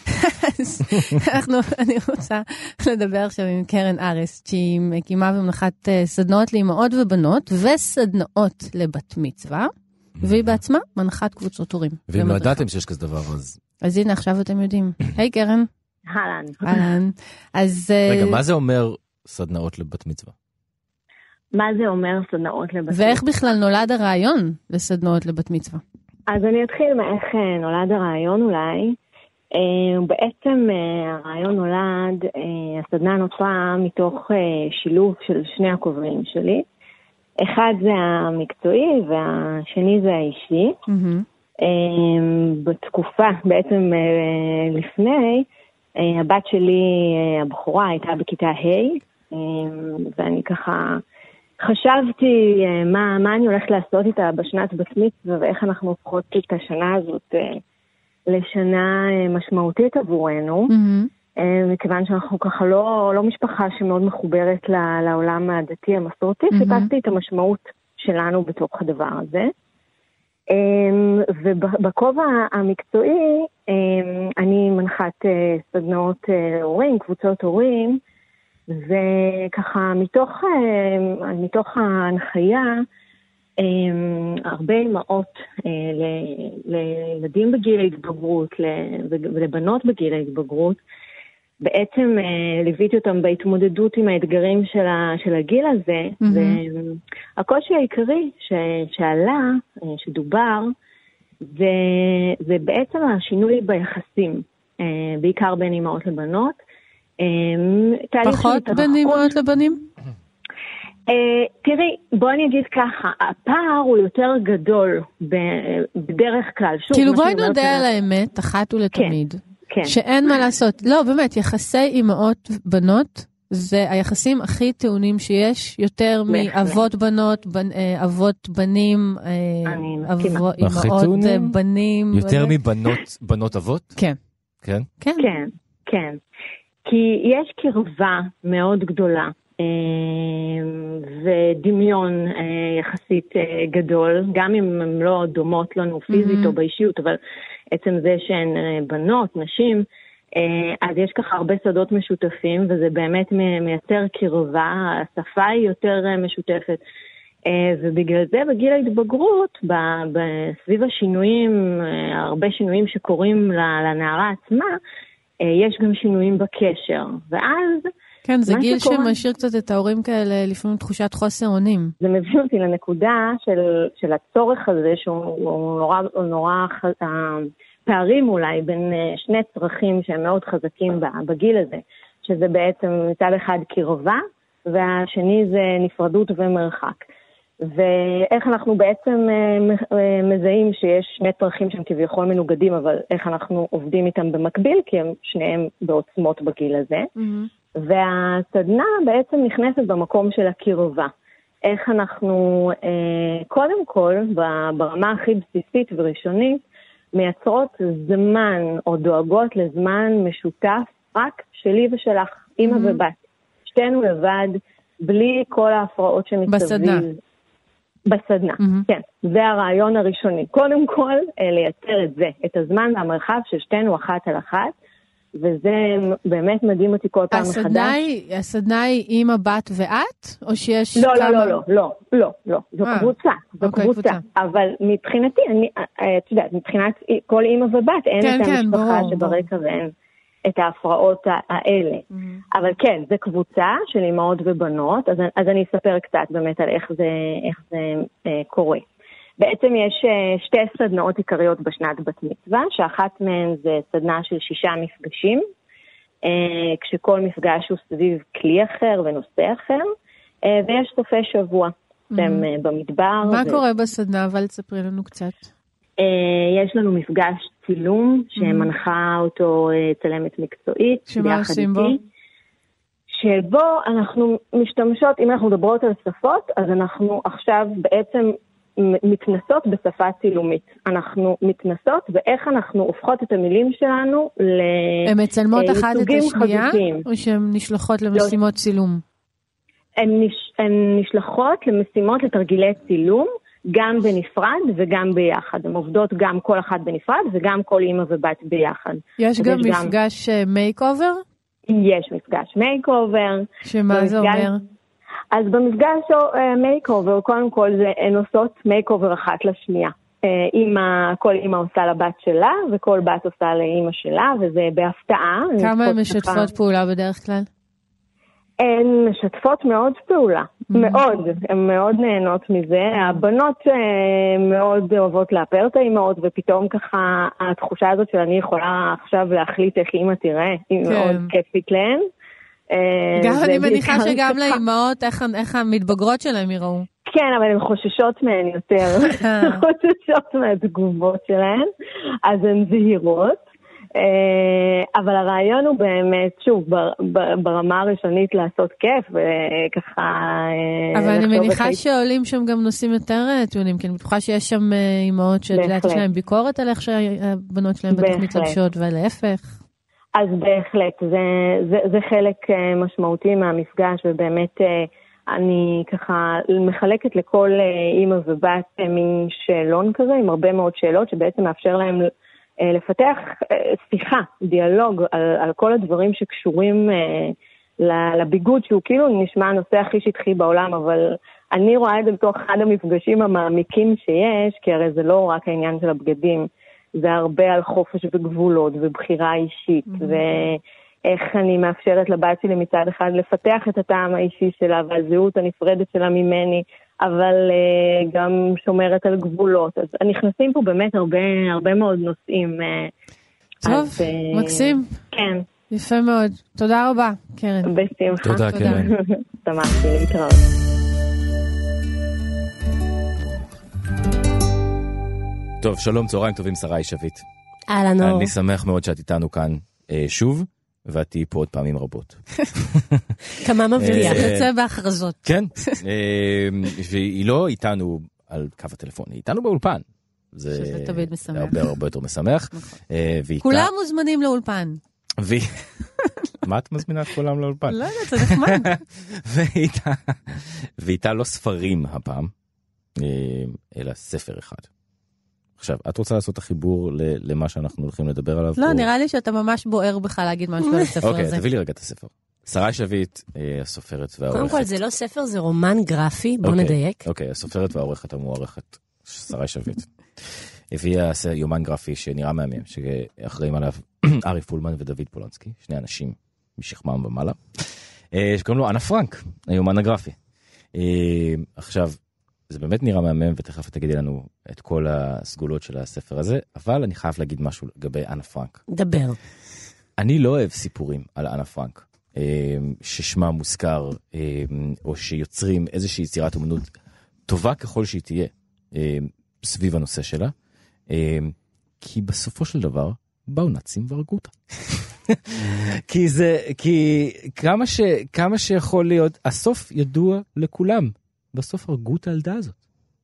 אני רוצה לדבר עכשיו עם קרן ארס, שהיא מקימה ומנחת סדנאות לאמהות ובנות, וסדנאות לבת מצווה, והיא בעצמה מנחת קבוצות הורים. ואם לא ידעתם שיש כזה דבר, אז הנה, עכשיו אתם יודעים. היי קרן. אהלן. רגע, מה זה אומר סדנאות לבת מצווה? מה זה אומר סדנאות לבת מצווה? ואיך בכלל נולד הרעיון לסדנאות לבת מצווה? אז אני אתחיל מאיך נולד הרעיון אולי. בעצם הרעיון נולד, הסדנה נוצרה מתוך שילוב של שני הכובעים שלי. אחד זה המקצועי והשני זה האישי. בתקופה בעצם לפני, הבת שלי, הבחורה, הייתה בכיתה ה', ואני ככה חשבתי מה אני הולכת לעשות איתה בשנת בת מצווה, ואיך אנחנו הופכות את השנה הזאת לשנה משמעותית עבורנו, מכיוון שאנחנו ככה לא משפחה שמאוד מחוברת לעולם הדתי המסורתי, חיפשתי את המשמעות שלנו בתוך הדבר הזה. ובכובע המקצועי אני מנחת סדנאות הורים, קבוצות הורים, וככה מתוך ההנחיה הרבה אמהות לילדים בגיל ההתבגרות ולבנות בגיל ההתבגרות, בעצם ליוויתי אותם בהתמודדות עם האתגרים של הגיל הזה, והקושי העיקרי שעלה, שדובר, זה בעצם השינוי ביחסים, בעיקר בין אמהות לבנות. פחות בין אמהות לבנים? תראי, בואי אני אגיד ככה, הפער הוא יותר גדול בדרך כלל. כאילו בואי נודה על האמת, אחת ולתמיד. כן. שאין מה לעשות. לא, באמת, יחסי אמהות בנות, זה היחסים הכי טעונים שיש, יותר מאבות בנות, אבות בנים, אמהות בנים. יותר מבנות אבות? כן. כן? כן. כי יש קרבה מאוד גדולה, ודמיון יחסית גדול, גם אם הן לא דומות לנו פיזית או באישיות, אבל עצם זה שהן בנות, נשים, אז יש ככה הרבה שדות משותפים, וזה באמת מייצר קרבה, השפה היא יותר משותפת, ובגלל זה בגיל ההתבגרות, סביב השינויים, הרבה שינויים שקורים לנערה עצמה, יש גם שינויים בקשר, ואז... כן, זה גיל שמשאיר קצת את ההורים כאלה, לפעמים תחושת חוסר אונים. זה מביא אותי לנקודה של הצורך הזה, שהוא נורא פערים אולי בין שני צרכים שהם מאוד חזקים בגיל הזה, שזה בעצם מצד אחד קרבה, והשני זה נפרדות ומרחק. ואיך אנחנו בעצם מזהים שיש שני צרכים שהם כביכול מנוגדים, אבל איך אנחנו עובדים איתם במקביל, כי הם שניהם בעוצמות בגיל הזה. והסדנה בעצם נכנסת במקום של הקרבה. איך אנחנו, קודם כל, ברמה הכי בסיסית וראשונית, מייצרות זמן או דואגות לזמן משותף רק שלי ושלך, אמא ובת. שתינו לבד, בלי כל ההפרעות שמסביב. בסדנה, כן. זה הרעיון הראשוני. קודם כל, לייצר את זה, את הזמן והמרחב של שתינו אחת על אחת, וזה באמת מדהים אותי כל פעם מחדש. הסדנה היא אמא, בת ואת? או שיש לא. זו קבוצה. זו קבוצה. אבל מבחינתי, את יודעת, מבחינת כל אמא ובת, אין את המשפחה שברקע ואין את ההפרעות האלה. אבל כן, זה קבוצה של אמהות ובנות, אז אני אספר קצת באמת על איך זה קורה. בעצם יש שתי סדנאות עיקריות בשנת בת מצווה, שאחת מהן זה סדנה של 6 מפגשים, כשכל מפגש הוא סביב כלי אחר ונושא אחר. ויש סופי שבוע, שהם במדבר. מה קורה בסדנה, אבל תספרי לנו קצת. יש לנו מפגש צילום, שמנחה אותו צלמת מקצועית. שמה עושים בו? שבו אנחנו משתמשות, אם אנחנו מדברות על שפות, אז אנחנו עכשיו בעצם מתנסות בשפה צילומית. אנחנו מתנסות ואיך אנחנו הופכות את המילים שלנו לייצוגים חזותיים. הן מצלמות אחת את השנייה, או שהן נשלחות למשימות צילום? הן נשלחות למשימות לתרגילי צילום, גם בנפרד וגם ביחד. הן עובדות גם כל אחת בנפרד וגם כל אמא ובת ביחד. יש גם מפגש מייק אובר? יש מפגש מייק אובר. שמה זה אומר? אז במפגש מייק אובר, קודם כל זה הן עושות מייק אובר אחת לשנייה. כל אמא עושה לבת שלה, וכל בת עושה לאמא שלה, וזה בהפתעה. כמה הן משתפות פעולה בדרך כלל? הן משתפות מאוד פעולה, מאוד, הן מאוד נהנות מזה. הבנות מאוד אוהבות לאפר את האמאות, ופתאום ככה התחושה הזאת של אני יכולה עכשיו להחליט איך אמא תראה, היא מאוד כיפית להן. גם אני מניחה שגם לאמאות, איך המתבגרות שלהם יראו. כן, אבל הן חוששות מהן יותר, חוששות מהתגובות שלהן, אז הן זהירות. אבל הרעיון הוא באמת, שוב, ברמה הראשונית לעשות כיף, וככה... אבל אני מניחה שעולים שם גם נושאים יותר טיעונים, כי אני בטוחה שיש שם אמהות שדלת שלהם ביקורת על איך שהבנות שלהם בטח מתלבשות, ולהפך. אז בהחלט, זה חלק משמעותי מהמפגש, ובאמת אני ככה מחלקת לכל אמא ובת מין שאלון כזה, עם הרבה מאוד שאלות, שבעצם מאפשר להם לפתח שיחה, דיאלוג על כל הדברים שקשורים לביגוד, שהוא כאילו נשמע הנושא הכי שטחי בעולם, אבל אני רואה את זה בתוך אחד המפגשים המעמיקים שיש, כי הרי זה לא רק העניין של הבגדים, זה הרבה על חופש וגבולות ובחירה אישית, ואיך אני מאפשרת לבת שלי מצד אחד לפתח את הטעם האישי שלה והזהות הנפרדת שלה ממני, אבל גם שומרת על גבולות. אז נכנסים פה באמת הרבה מאוד נושאים. טוב, מקסים. כן. יפה מאוד. תודה רבה, קרן. בשמחה. תודה, קרן. שמחתי להתראות. טוב, שלום, צהריים טובים, שרי שביט. אהלן אור. אני שמח מאוד שאת איתנו כאן שוב, ואת תהיי פה עוד פעמים רבות. כמה מבטיח. יוצא בהכרזות. כן, והיא לא איתנו על קו הטלפון, היא איתנו באולפן. שזה תמיד משמח. הרבה יותר משמח. כולם מוזמנים לאולפן. מה את מזמינה את כולם לאולפן? לא יודעת, זה נחמד. ואיתה לא ספרים הפעם, אלא ספר אחד. עכשיו, את רוצה לעשות את החיבור למה שאנחנו הולכים לדבר עליו? לא, נראה לי שאתה ממש בוער בך להגיד משהו על הספר הזה. אוקיי, תביא לי רגע את הספר. שרי שביט, הסופרת והעורכת. קודם כל, זה לא ספר, זה רומן גרפי, בוא נדייק. אוקיי, הסופרת והעורכת המוערכת, שרי שביט. הביאה יומן גרפי שנראה מהמם, שאחראים עליו ארי פולמן ודוד פולנסקי, שני אנשים משכמם ומעלה, שקוראים לו אנה פרנק, היומן הגרפי. עכשיו, זה באמת נראה מהמם, ותכף תגידי לנו את כל הסגולות של הספר הזה, אבל אני חייב להגיד משהו לגבי אנה פרנק. דבר. אני לא אוהב סיפורים על אנה פרנק, ששמה מוזכר, או שיוצרים איזושהי יצירת אומנות טובה ככל שהיא תהיה, סביב הנושא שלה, כי בסופו של דבר, באו נאצים והרגו אותה. כי כמה שיכול להיות, הסוף ידוע לכולם. בסוף הרגו את הילדה הזאת.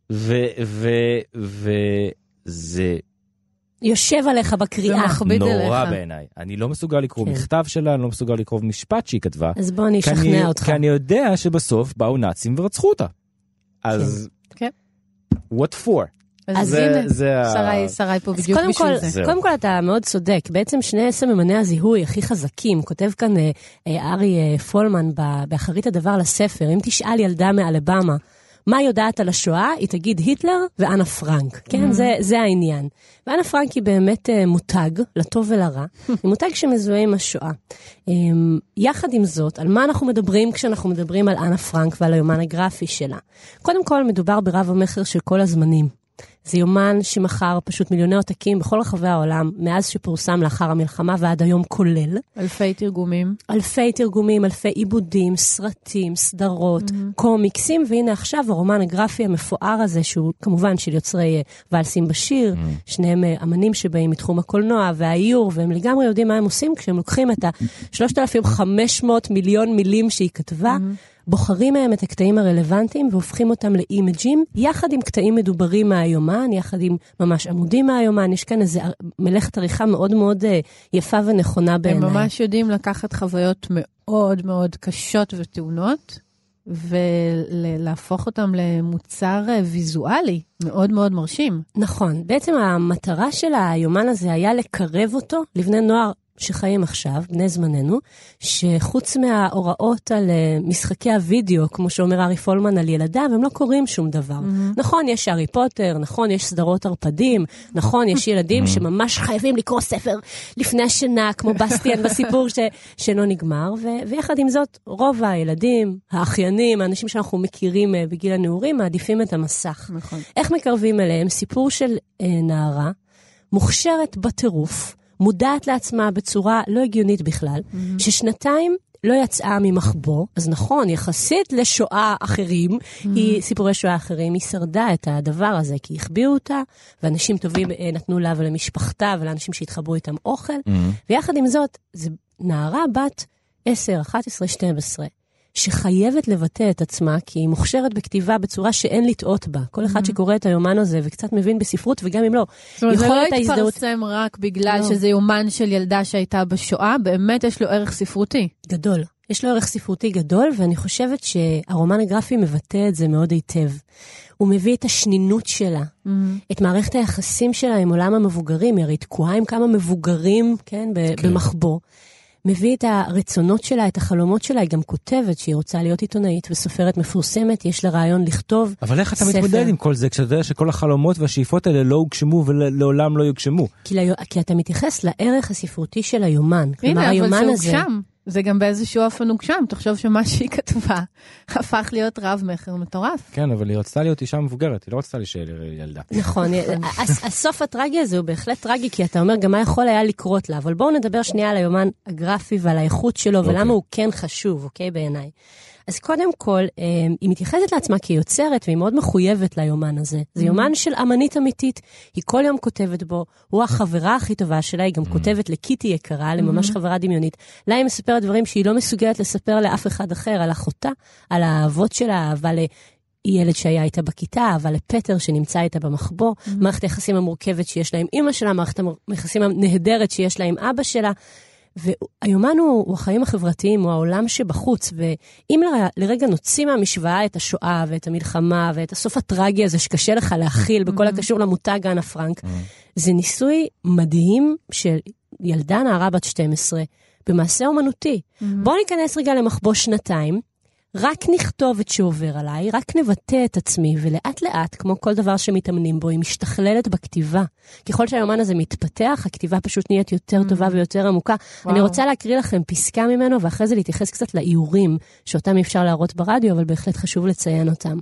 וזה... יושב עליך בקריאה. נורא בעיניי. אני לא מסוגל לקרוא מכתב שלה, אני לא מסוגל לקרוא משפט שהיא כתבה. אז בוא אני אשכנע אותך. כי אני יודע שבסוף באו נאצים ורצחו אותה. אז... כן. What for? אז הנה, שרי פה בדיוק בשביל זה. קודם כל אתה מאוד צודק, בעצם שני סממני הזיהוי הכי חזקים, כותב כאן ארי פולמן באחרית הדבר לספר, אם תשאל ילדה מאלבמה, מה יודעת על השואה? היא תגיד היטלר ואנה פרנק, כן? זה העניין. ואנה פרנק היא באמת מותג, לטוב ולרע, היא מותג שמזוהה עם השואה. יחד עם זאת, על מה אנחנו מדברים כשאנחנו מדברים על אנה פרנק ועל היומן הגרפי שלה? קודם כל מדובר ברב המחר של כל הזמנים. זה יומן שמחר פשוט מיליוני עותקים בכל רחבי העולם, מאז שפורסם לאחר המלחמה ועד היום כולל. אלפי תרגומים. אלפי תרגומים, אלפי עיבודים, סרטים, סדרות, קומיקסים, והנה עכשיו הרומן הגרפי המפואר הזה, שהוא כמובן של יוצרי ולסים בשיר, שניהם אמנים שבאים מתחום הקולנוע והאיור, והם לגמרי יודעים מה הם עושים, כשהם לוקחים את ה-3,500 מיליון מילים שהיא כתבה, בוחרים מהם את הקטעים הרלוונטיים והופכים אותם לאימג'ים, יחד עם קטעים מדוברים מהיומן, יחד עם ממש עמודים מהיומן, יש כאן איזו מלאכת עריכה מאוד מאוד יפה ונכונה בעיניי. הם ממש יודעים לקחת חוויות מאוד מאוד קשות וטעונות, ולהפוך אותם למוצר ויזואלי מאוד מאוד מרשים. נכון, בעצם המטרה של היומן הזה היה לקרב אותו לבני נוער, שחיים עכשיו, בני זמננו, שחוץ מההוראות על משחקי הוידאו, כמו שאומר ארי פולמן על ילדיו, הם לא קוראים שום דבר. נכון, יש הארי פוטר, נכון, יש סדרות ערפדים, נכון, יש ילדים שממש חייבים לקרוא ספר לפני השינה, כמו בסטיאן בסיפור שלא נגמר, ויחד עם זאת, רוב הילדים, האחיינים, האנשים שאנחנו מכירים בגיל הנעורים, מעדיפים את המסך. נכון. איך מקרבים אליהם? סיפור של נערה, מוכשרת בטירוף, מודעת לעצמה בצורה לא הגיונית בכלל, ששנתיים לא יצאה ממחבוא, אז נכון, יחסית לשואה אחרים, סיפורי שואה אחרים, היא שרדה את הדבר הזה, כי הכביאו אותה, ואנשים טובים נתנו לה ולמשפחתה, ולאנשים שהתחברו איתם אוכל, ויחד עם זאת, זו נערה בת 10, 11, 12, שחייבת לבטא את עצמה, כי היא מוכשרת בכתיבה בצורה שאין לטעות בה. כל אחד שקורא את היומן הזה וקצת מבין בספרות, וגם אם לא, זה לא התפרסם רק בגלל שזה יומן של ילדה שהייתה בשואה, באמת יש לו ערך ספרותי. גדול. יש לו ערך ספרותי גדול, ואני חושבת שהרומן הגרפי מבטא את זה מאוד היטב. הוא מביא את השנינות שלה, את מערכת היחסים שלה עם עולם המבוגרים, היא הרי תקועה עם כמה מבוגרים, כן, במחבוא. מביא את הרצונות שלה, את החלומות שלה, היא גם כותבת שהיא רוצה להיות עיתונאית וסופרת מפורסמת, יש לה רעיון לכתוב ספר. אבל איך אתה מתמודד עם כל זה, כשאתה יודע שכל החלומות והשאיפות האלה לא הוגשמו ולעולם לא יוגשמו? כי אתה מתייחס לערך הספרותי של היומן. הנה, אבל זה הוגשם. זה גם באיזשהו אופן הוגשם, תחשוב שמה שהיא כתבה הפך להיות רב מחר מטורף. כן, אבל היא רצתה להיות אישה מבוגרת, היא לא רצתה להישאר ילדה. נכון, הסוף הטרגי הזה הוא בהחלט טרגי, כי אתה אומר גם מה יכול היה לקרות לה, אבל בואו נדבר שנייה על היומן הגרפי ועל האיכות שלו, ולמה הוא כן חשוב, אוקיי, בעיניי. אז קודם כל, היא מתייחסת לעצמה כיוצרת, והיא מאוד מחויבת ליומן הזה. זה יומן של אמנית אמיתית, היא כל יום כותבת בו, הוא החברה הכי טובה שלה, היא גם כותבת לקיטי יקרה, לממש חברה דמיונית. לה היא מספרת דברים שהיא לא מסוגלת לספר לאף אחד אחר, על אחותה, על האהבות שלה, אבל ילד שהיה איתה בכיתה, אבל לפטר שנמצא איתה במחבוא, מערכת היחסים המורכבת שיש לה עם אמא שלה, מערכת היחסים הנהדרת שיש לה עם אבא שלה, והיומן הוא החיים החברתיים, הוא העולם שבחוץ, ואם לרגע נוציא מהמשוואה את השואה ואת המלחמה ואת הסוף הטרגי הזה שקשה לך להכיל בכל הקשור למותג אנה פרנק, זה ניסוי מדהים של ילדה נערה בת 12 במעשה אומנותי. בואו ניכנס רגע למחבוא שנתיים, רק נכתוב את שעובר עליי, רק נבטא את עצמי, ולאט לאט, כמו כל דבר שמתאמנים בו, היא משתכללת בכתיבה. ככל שהיומן הזה מתפתח, הכתיבה פשוט נהיית יותר טובה ויותר עמוקה. אני רוצה להקריא לכם פסקה ממנו, ואחרי זה להתייחס קצת לאיורים, שאותם אפשר להראות ברדיו, אבל בהחלט חשוב לציין אותם.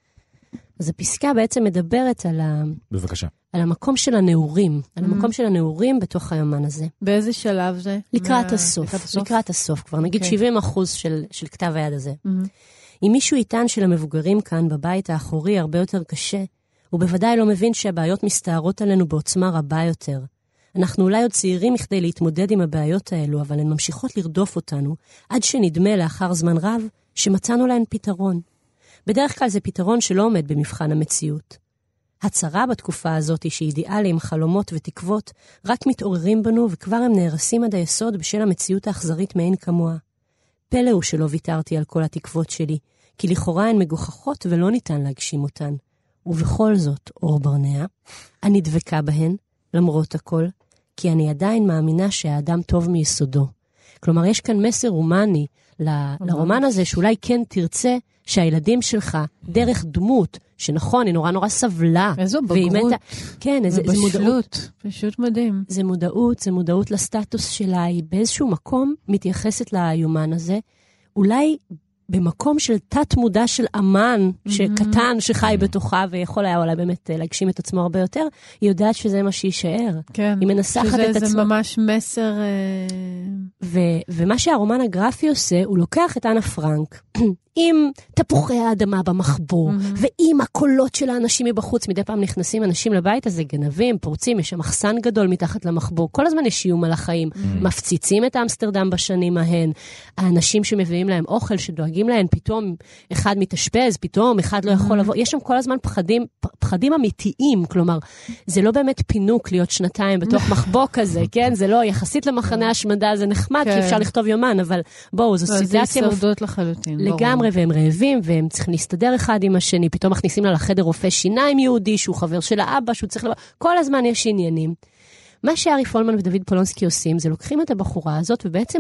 אז הפסקה בעצם מדברת בבקשה. על המקום של הנעורים, על המקום של הנעורים בתוך היומן הזה. באיזה שלב זה? לקראת הסוף. לקראת הסוף, כבר נגיד 70% של כתב היד הזה. אם מישהו איתן של המבוגרים כאן בבית האחורי הרבה יותר קשה, הוא בוודאי לא מבין שהבעיות מסתערות עלינו בעוצמה רבה יותר. אנחנו אולי עוד צעירים מכדי להתמודד עם הבעיות האלו, אבל הן ממשיכות לרדוף אותנו, עד שנדמה לאחר זמן רב שמצאנו להן פתרון. בדרך כלל זה פתרון שלא עומד במבחן המציאות. הצרה בתקופה הזאת היא שאידיאלים, חלומות ותקוות רק מתעוררים בנו וכבר הם נהרסים עד היסוד בשל המציאות האכזרית מאין כמוה. פלא הוא שלא ויתרתי על כל התקוות שלי, כי לכאורה הן מגוחכות ולא ניתן להגשים אותן. ובכל זאת, אור ברנע, אני דבקה בהן, למרות הכל, כי אני עדיין מאמינה שהאדם טוב מיסודו. כלומר, יש כאן מסר הומני לרומן הזה, שאולי כן תרצה שהילדים שלך, דרך דמות, שנכון, היא נורא נורא סבלה. איזו בגרות. כן, זה בשלות. פשוט מדהים. זה מודעות לסטטוס שלה, היא באיזשהו מקום מתייחסת ליומן הזה, אולי במקום של תת מודע של אמן, שקטן, שחי בתוכה, ויכול היה אולי באמת להגשים את עצמו הרבה יותר, היא יודעת שזה מה שישאר. כן. היא מנסחת את עצמו. שזה ממש מסר... ומה שהרומן הגרפי עושה, הוא לוקח את אנה פרנק, עם תפוחי האדמה במחבור, ועם הקולות של האנשים מבחוץ, מדי פעם נכנסים אנשים לבית הזה, גנבים, פורצים, יש שם מחסן גדול מתחת למחבור, כל הזמן יש איום על החיים, מפציצים את אמסטרדם בשנים ההן, האנשים שמביאים להם אוכל, שדואגים להם, פתאום אחד מתאשפז, פתאום אחד לא יכול לבוא, יש שם כל הזמן פחדים אמיתיים, כלומר, זה לא באמת פינוק להיות שנתיים בתוך מחבוא כזה, כן? זה לא יחסית למחנה השמדה, זה נחמד, כי אפשר לכתוב יומן, אבל בואו, זו סיטואציה... זה הישרדות לחלוטין, לגמרי, והם רעבים, והם צריכים להסתדר אחד עם השני, פתאום מכניסים לה לחדר רופא שיניים יהודי, שהוא חבר של האבא, שהוא צריך כל הזמן יש עניינים. מה שארי פולמן ודוד פולונסקי עושים, זה לוקחים את הבחורה הזאת, ובעצם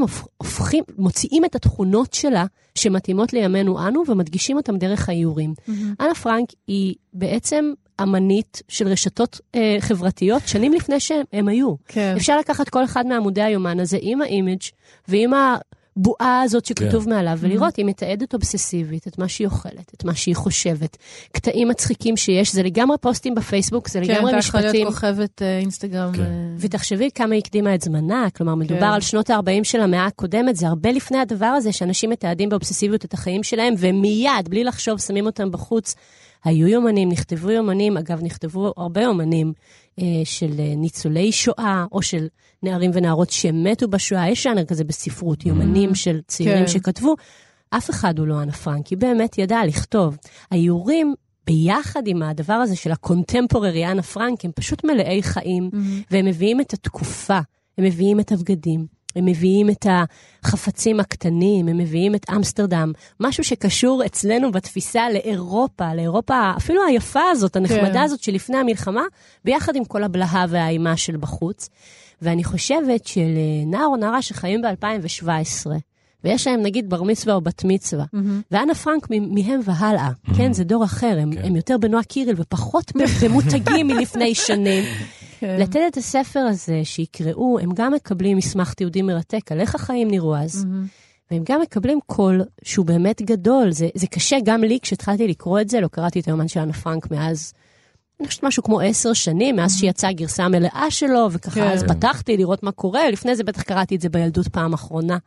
מוציאים את התכונות שלה, שמתאימות לימינו אנו, ומדגישים אותם דרך האיורים. אנה פרנק היא בעצם אמנית של רשתות חברתיות, שנים לפני שהם היו. כן. אפשר לקחת כל אחד מעמודי היומן הזה, עם האימג' ועם הבועה הזאת שכתוב מעליו, ולראות, היא מתעדת אובססיבית, את מה שהיא אוכלת, את מה שהיא חושבת, קטעים מצחיקים שיש, זה לגמרי פוסטים בפייסבוק, זה לגמרי משפטים. כן, אתה יכול להיות כוכבת אינסטגרם. ותחשבי כמה היא הקדימה את זמנה, כלומר, מדובר על שנות ה-40 של המאה הקודמת, זה הרבה לפני הדבר הזה, שאנשים מתעדים באובססיביות את החיים שלהם, ומיד, בלי לחשוב, שמים אותם בחוץ. היו יומנים, נכתבו יומנים, אגב, נכתבו הרבה יומנים של ניצולי שואה, או של נערים ונערות שמתו בשואה, יש ז'אנר כזה בספרות, יומנים של צעירים שכתבו, אף אחד הוא לא אנה פרנק, היא באמת ידעה לכתוב. האיורים ביחד עם הדבר הזה של הקונטמפוררי אנה פרנק, הם פשוט מלאי חיים, והם מביאים את התקופה, הם מביאים את הבגדים, הם מביאים את החפצים הקטנים, הם מביאים את אמסטרדם, משהו שקשור אצלנו בתפיסה לאירופה, אפילו היפה הזאת, הנחמדה הזאת שלפני המלחמה, ביחד עם כל הבלהה והאימה של בחוץ. ואני חושבת שלנער או נערה שחיים ב-2017, ויש להם נגיד בר מצווה או בת מצווה, ואנה פרנק מהם והלאה, כן, זה דור אחר, הם יותר בנועה קיריל ופחות במותגים מלפני שנים. לתת את הספר הזה שיקראו, הם גם מקבלים מסמך תיעודי מרתק על איך החיים נראו אז, והם גם מקבלים קול שהוא באמת גדול. זה קשה גם לי, כשהתחלתי לקרוא את זה, לא קראתי את היומן של אנה פרנק מאז, אני חושבת משהו כמו 10 שנים, מאז שיצאה הגרסה המלאה שלו, וככה אז פתחתי לראות מה קורה, לפני זה בטח קראתי את זה בילדות פעם אחרונה,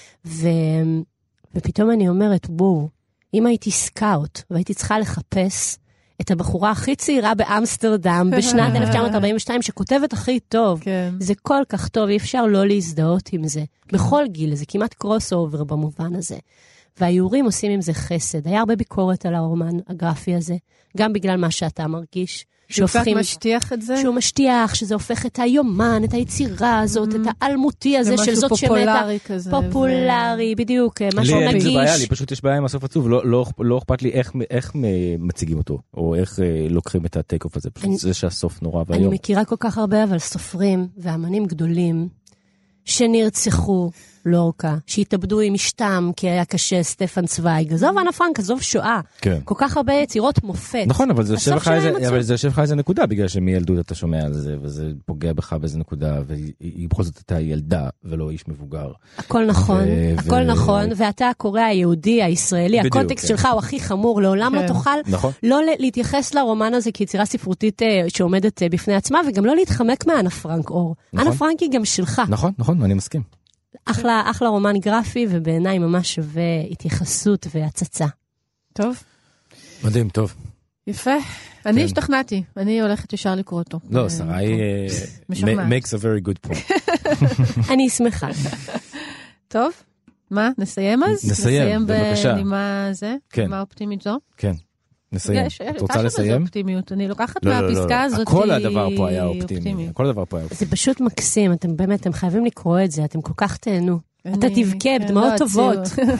ופתאום אני אומרת, בואו, אם הייתי סקאוט, והייתי צריכה לחפש את הבחורה הכי צעירה באמסטרדם, בשנת 1942, שכותבת הכי טוב. כן. זה כל כך טוב, אי אפשר לא להזדהות עם זה. כן. בכל גיל, זה כמעט קרוס אובר במובן הזה. והאיורים עושים עם זה חסד. היה הרבה ביקורת על הרומן הגרפי הזה, גם בגלל מה שאתה מרגיש. שהוא קצת משטיח את זה? שהוא משטיח, שזה הופך את היומן, את היצירה הזאת, את האלמותי הזה של זאת שמתה. זה משהו פופולרי כזה. פופולרי, בדיוק, משהו נגיש. לי בעיה, לי פשוט יש בעיה עם הסוף עצוב, לא אכפת לי איך מציגים אותו, או איך לוקחים את הטייק-אוף הזה, פשוט זה שהסוף נורא והיום. אני מכירה כל כך הרבה, אבל סופרים ואמנים גדולים, שנרצחו, לורקה, שהתאבדו עם אשתם, כי היה קשה, סטפן צוויג, עזוב אנה פרנק, עזוב שואה. כן. כל כך הרבה יצירות מופת. נכון, אבל זה יושב לך איזה נקודה, בגלל שמילדות אתה שומע על זה, וזה פוגע בך באיזה נקודה, והיא בכל זאת הייתה ילדה, ולא איש מבוגר. הכל נכון, הכל נכון, ואתה הקורא היהודי, הישראלי, הקונטקסט שלך הוא הכי חמור, לעולם לא תוכל לא להתייחס לרומן הזה כיצירה ספרותית שעומדת בפני עצמה, וגם לא להתחמק מאנה פרנק אור. אנה פרנק היא גם שלך. נכון, נכון, אני מסכים. אחלה רומן גרפי, ובעיניי ממש שווה התייחסות והצצה. טוב. מדהים, טוב. יפה. אני השתכנעתי. אני הולכת ישר לקרוא אותו. לא, שרי makes a very good point. אני שמחה. טוב, מה? נסיים אז? נסיים, בבקשה. בנימה זה? כן. בנימה אופטימית זו? כן. נסיים. את רוצה לסיים? אני לוקחת מהפסקה הזאת. כל הדבר פה היה אופטימי. כל הדבר פה היה אופטימי. זה פשוט מקסים, אתם באמת, אתם חייבים לקרוא את זה, אתם כל כך תהנו. אתה תבכה בדמעות טובות.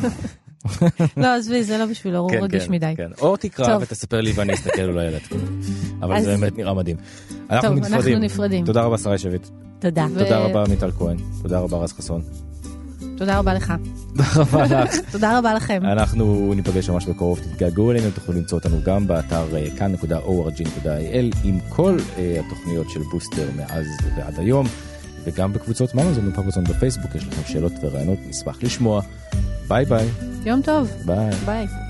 לא, עזבי, זה לא בשבילו, הוא רגיש מדי. או תקרא ותספר לי ואני אסתכל אולי על התקופה. אבל זה באמת נראה מדהים. אנחנו נפרדים. תודה רבה שרי שביט. תודה. תודה רבה מיטל כהן. תודה רבה רז חסון. תודה רבה לך. תודה רבה לך. תודה רבה לכם. אנחנו ניפגש ממש בקרוב, תתגעגעו אלינו, תוכלו למצוא אותנו גם באתר כאן.org.il עם כל התוכניות של בוסטר מאז ועד היום, וגם בקבוצות מאמזון ופאבוזון בפייסבוק, יש לכם שאלות ורעיונות, נשמח לשמוע. ביי ביי. יום טוב. ביי. ביי.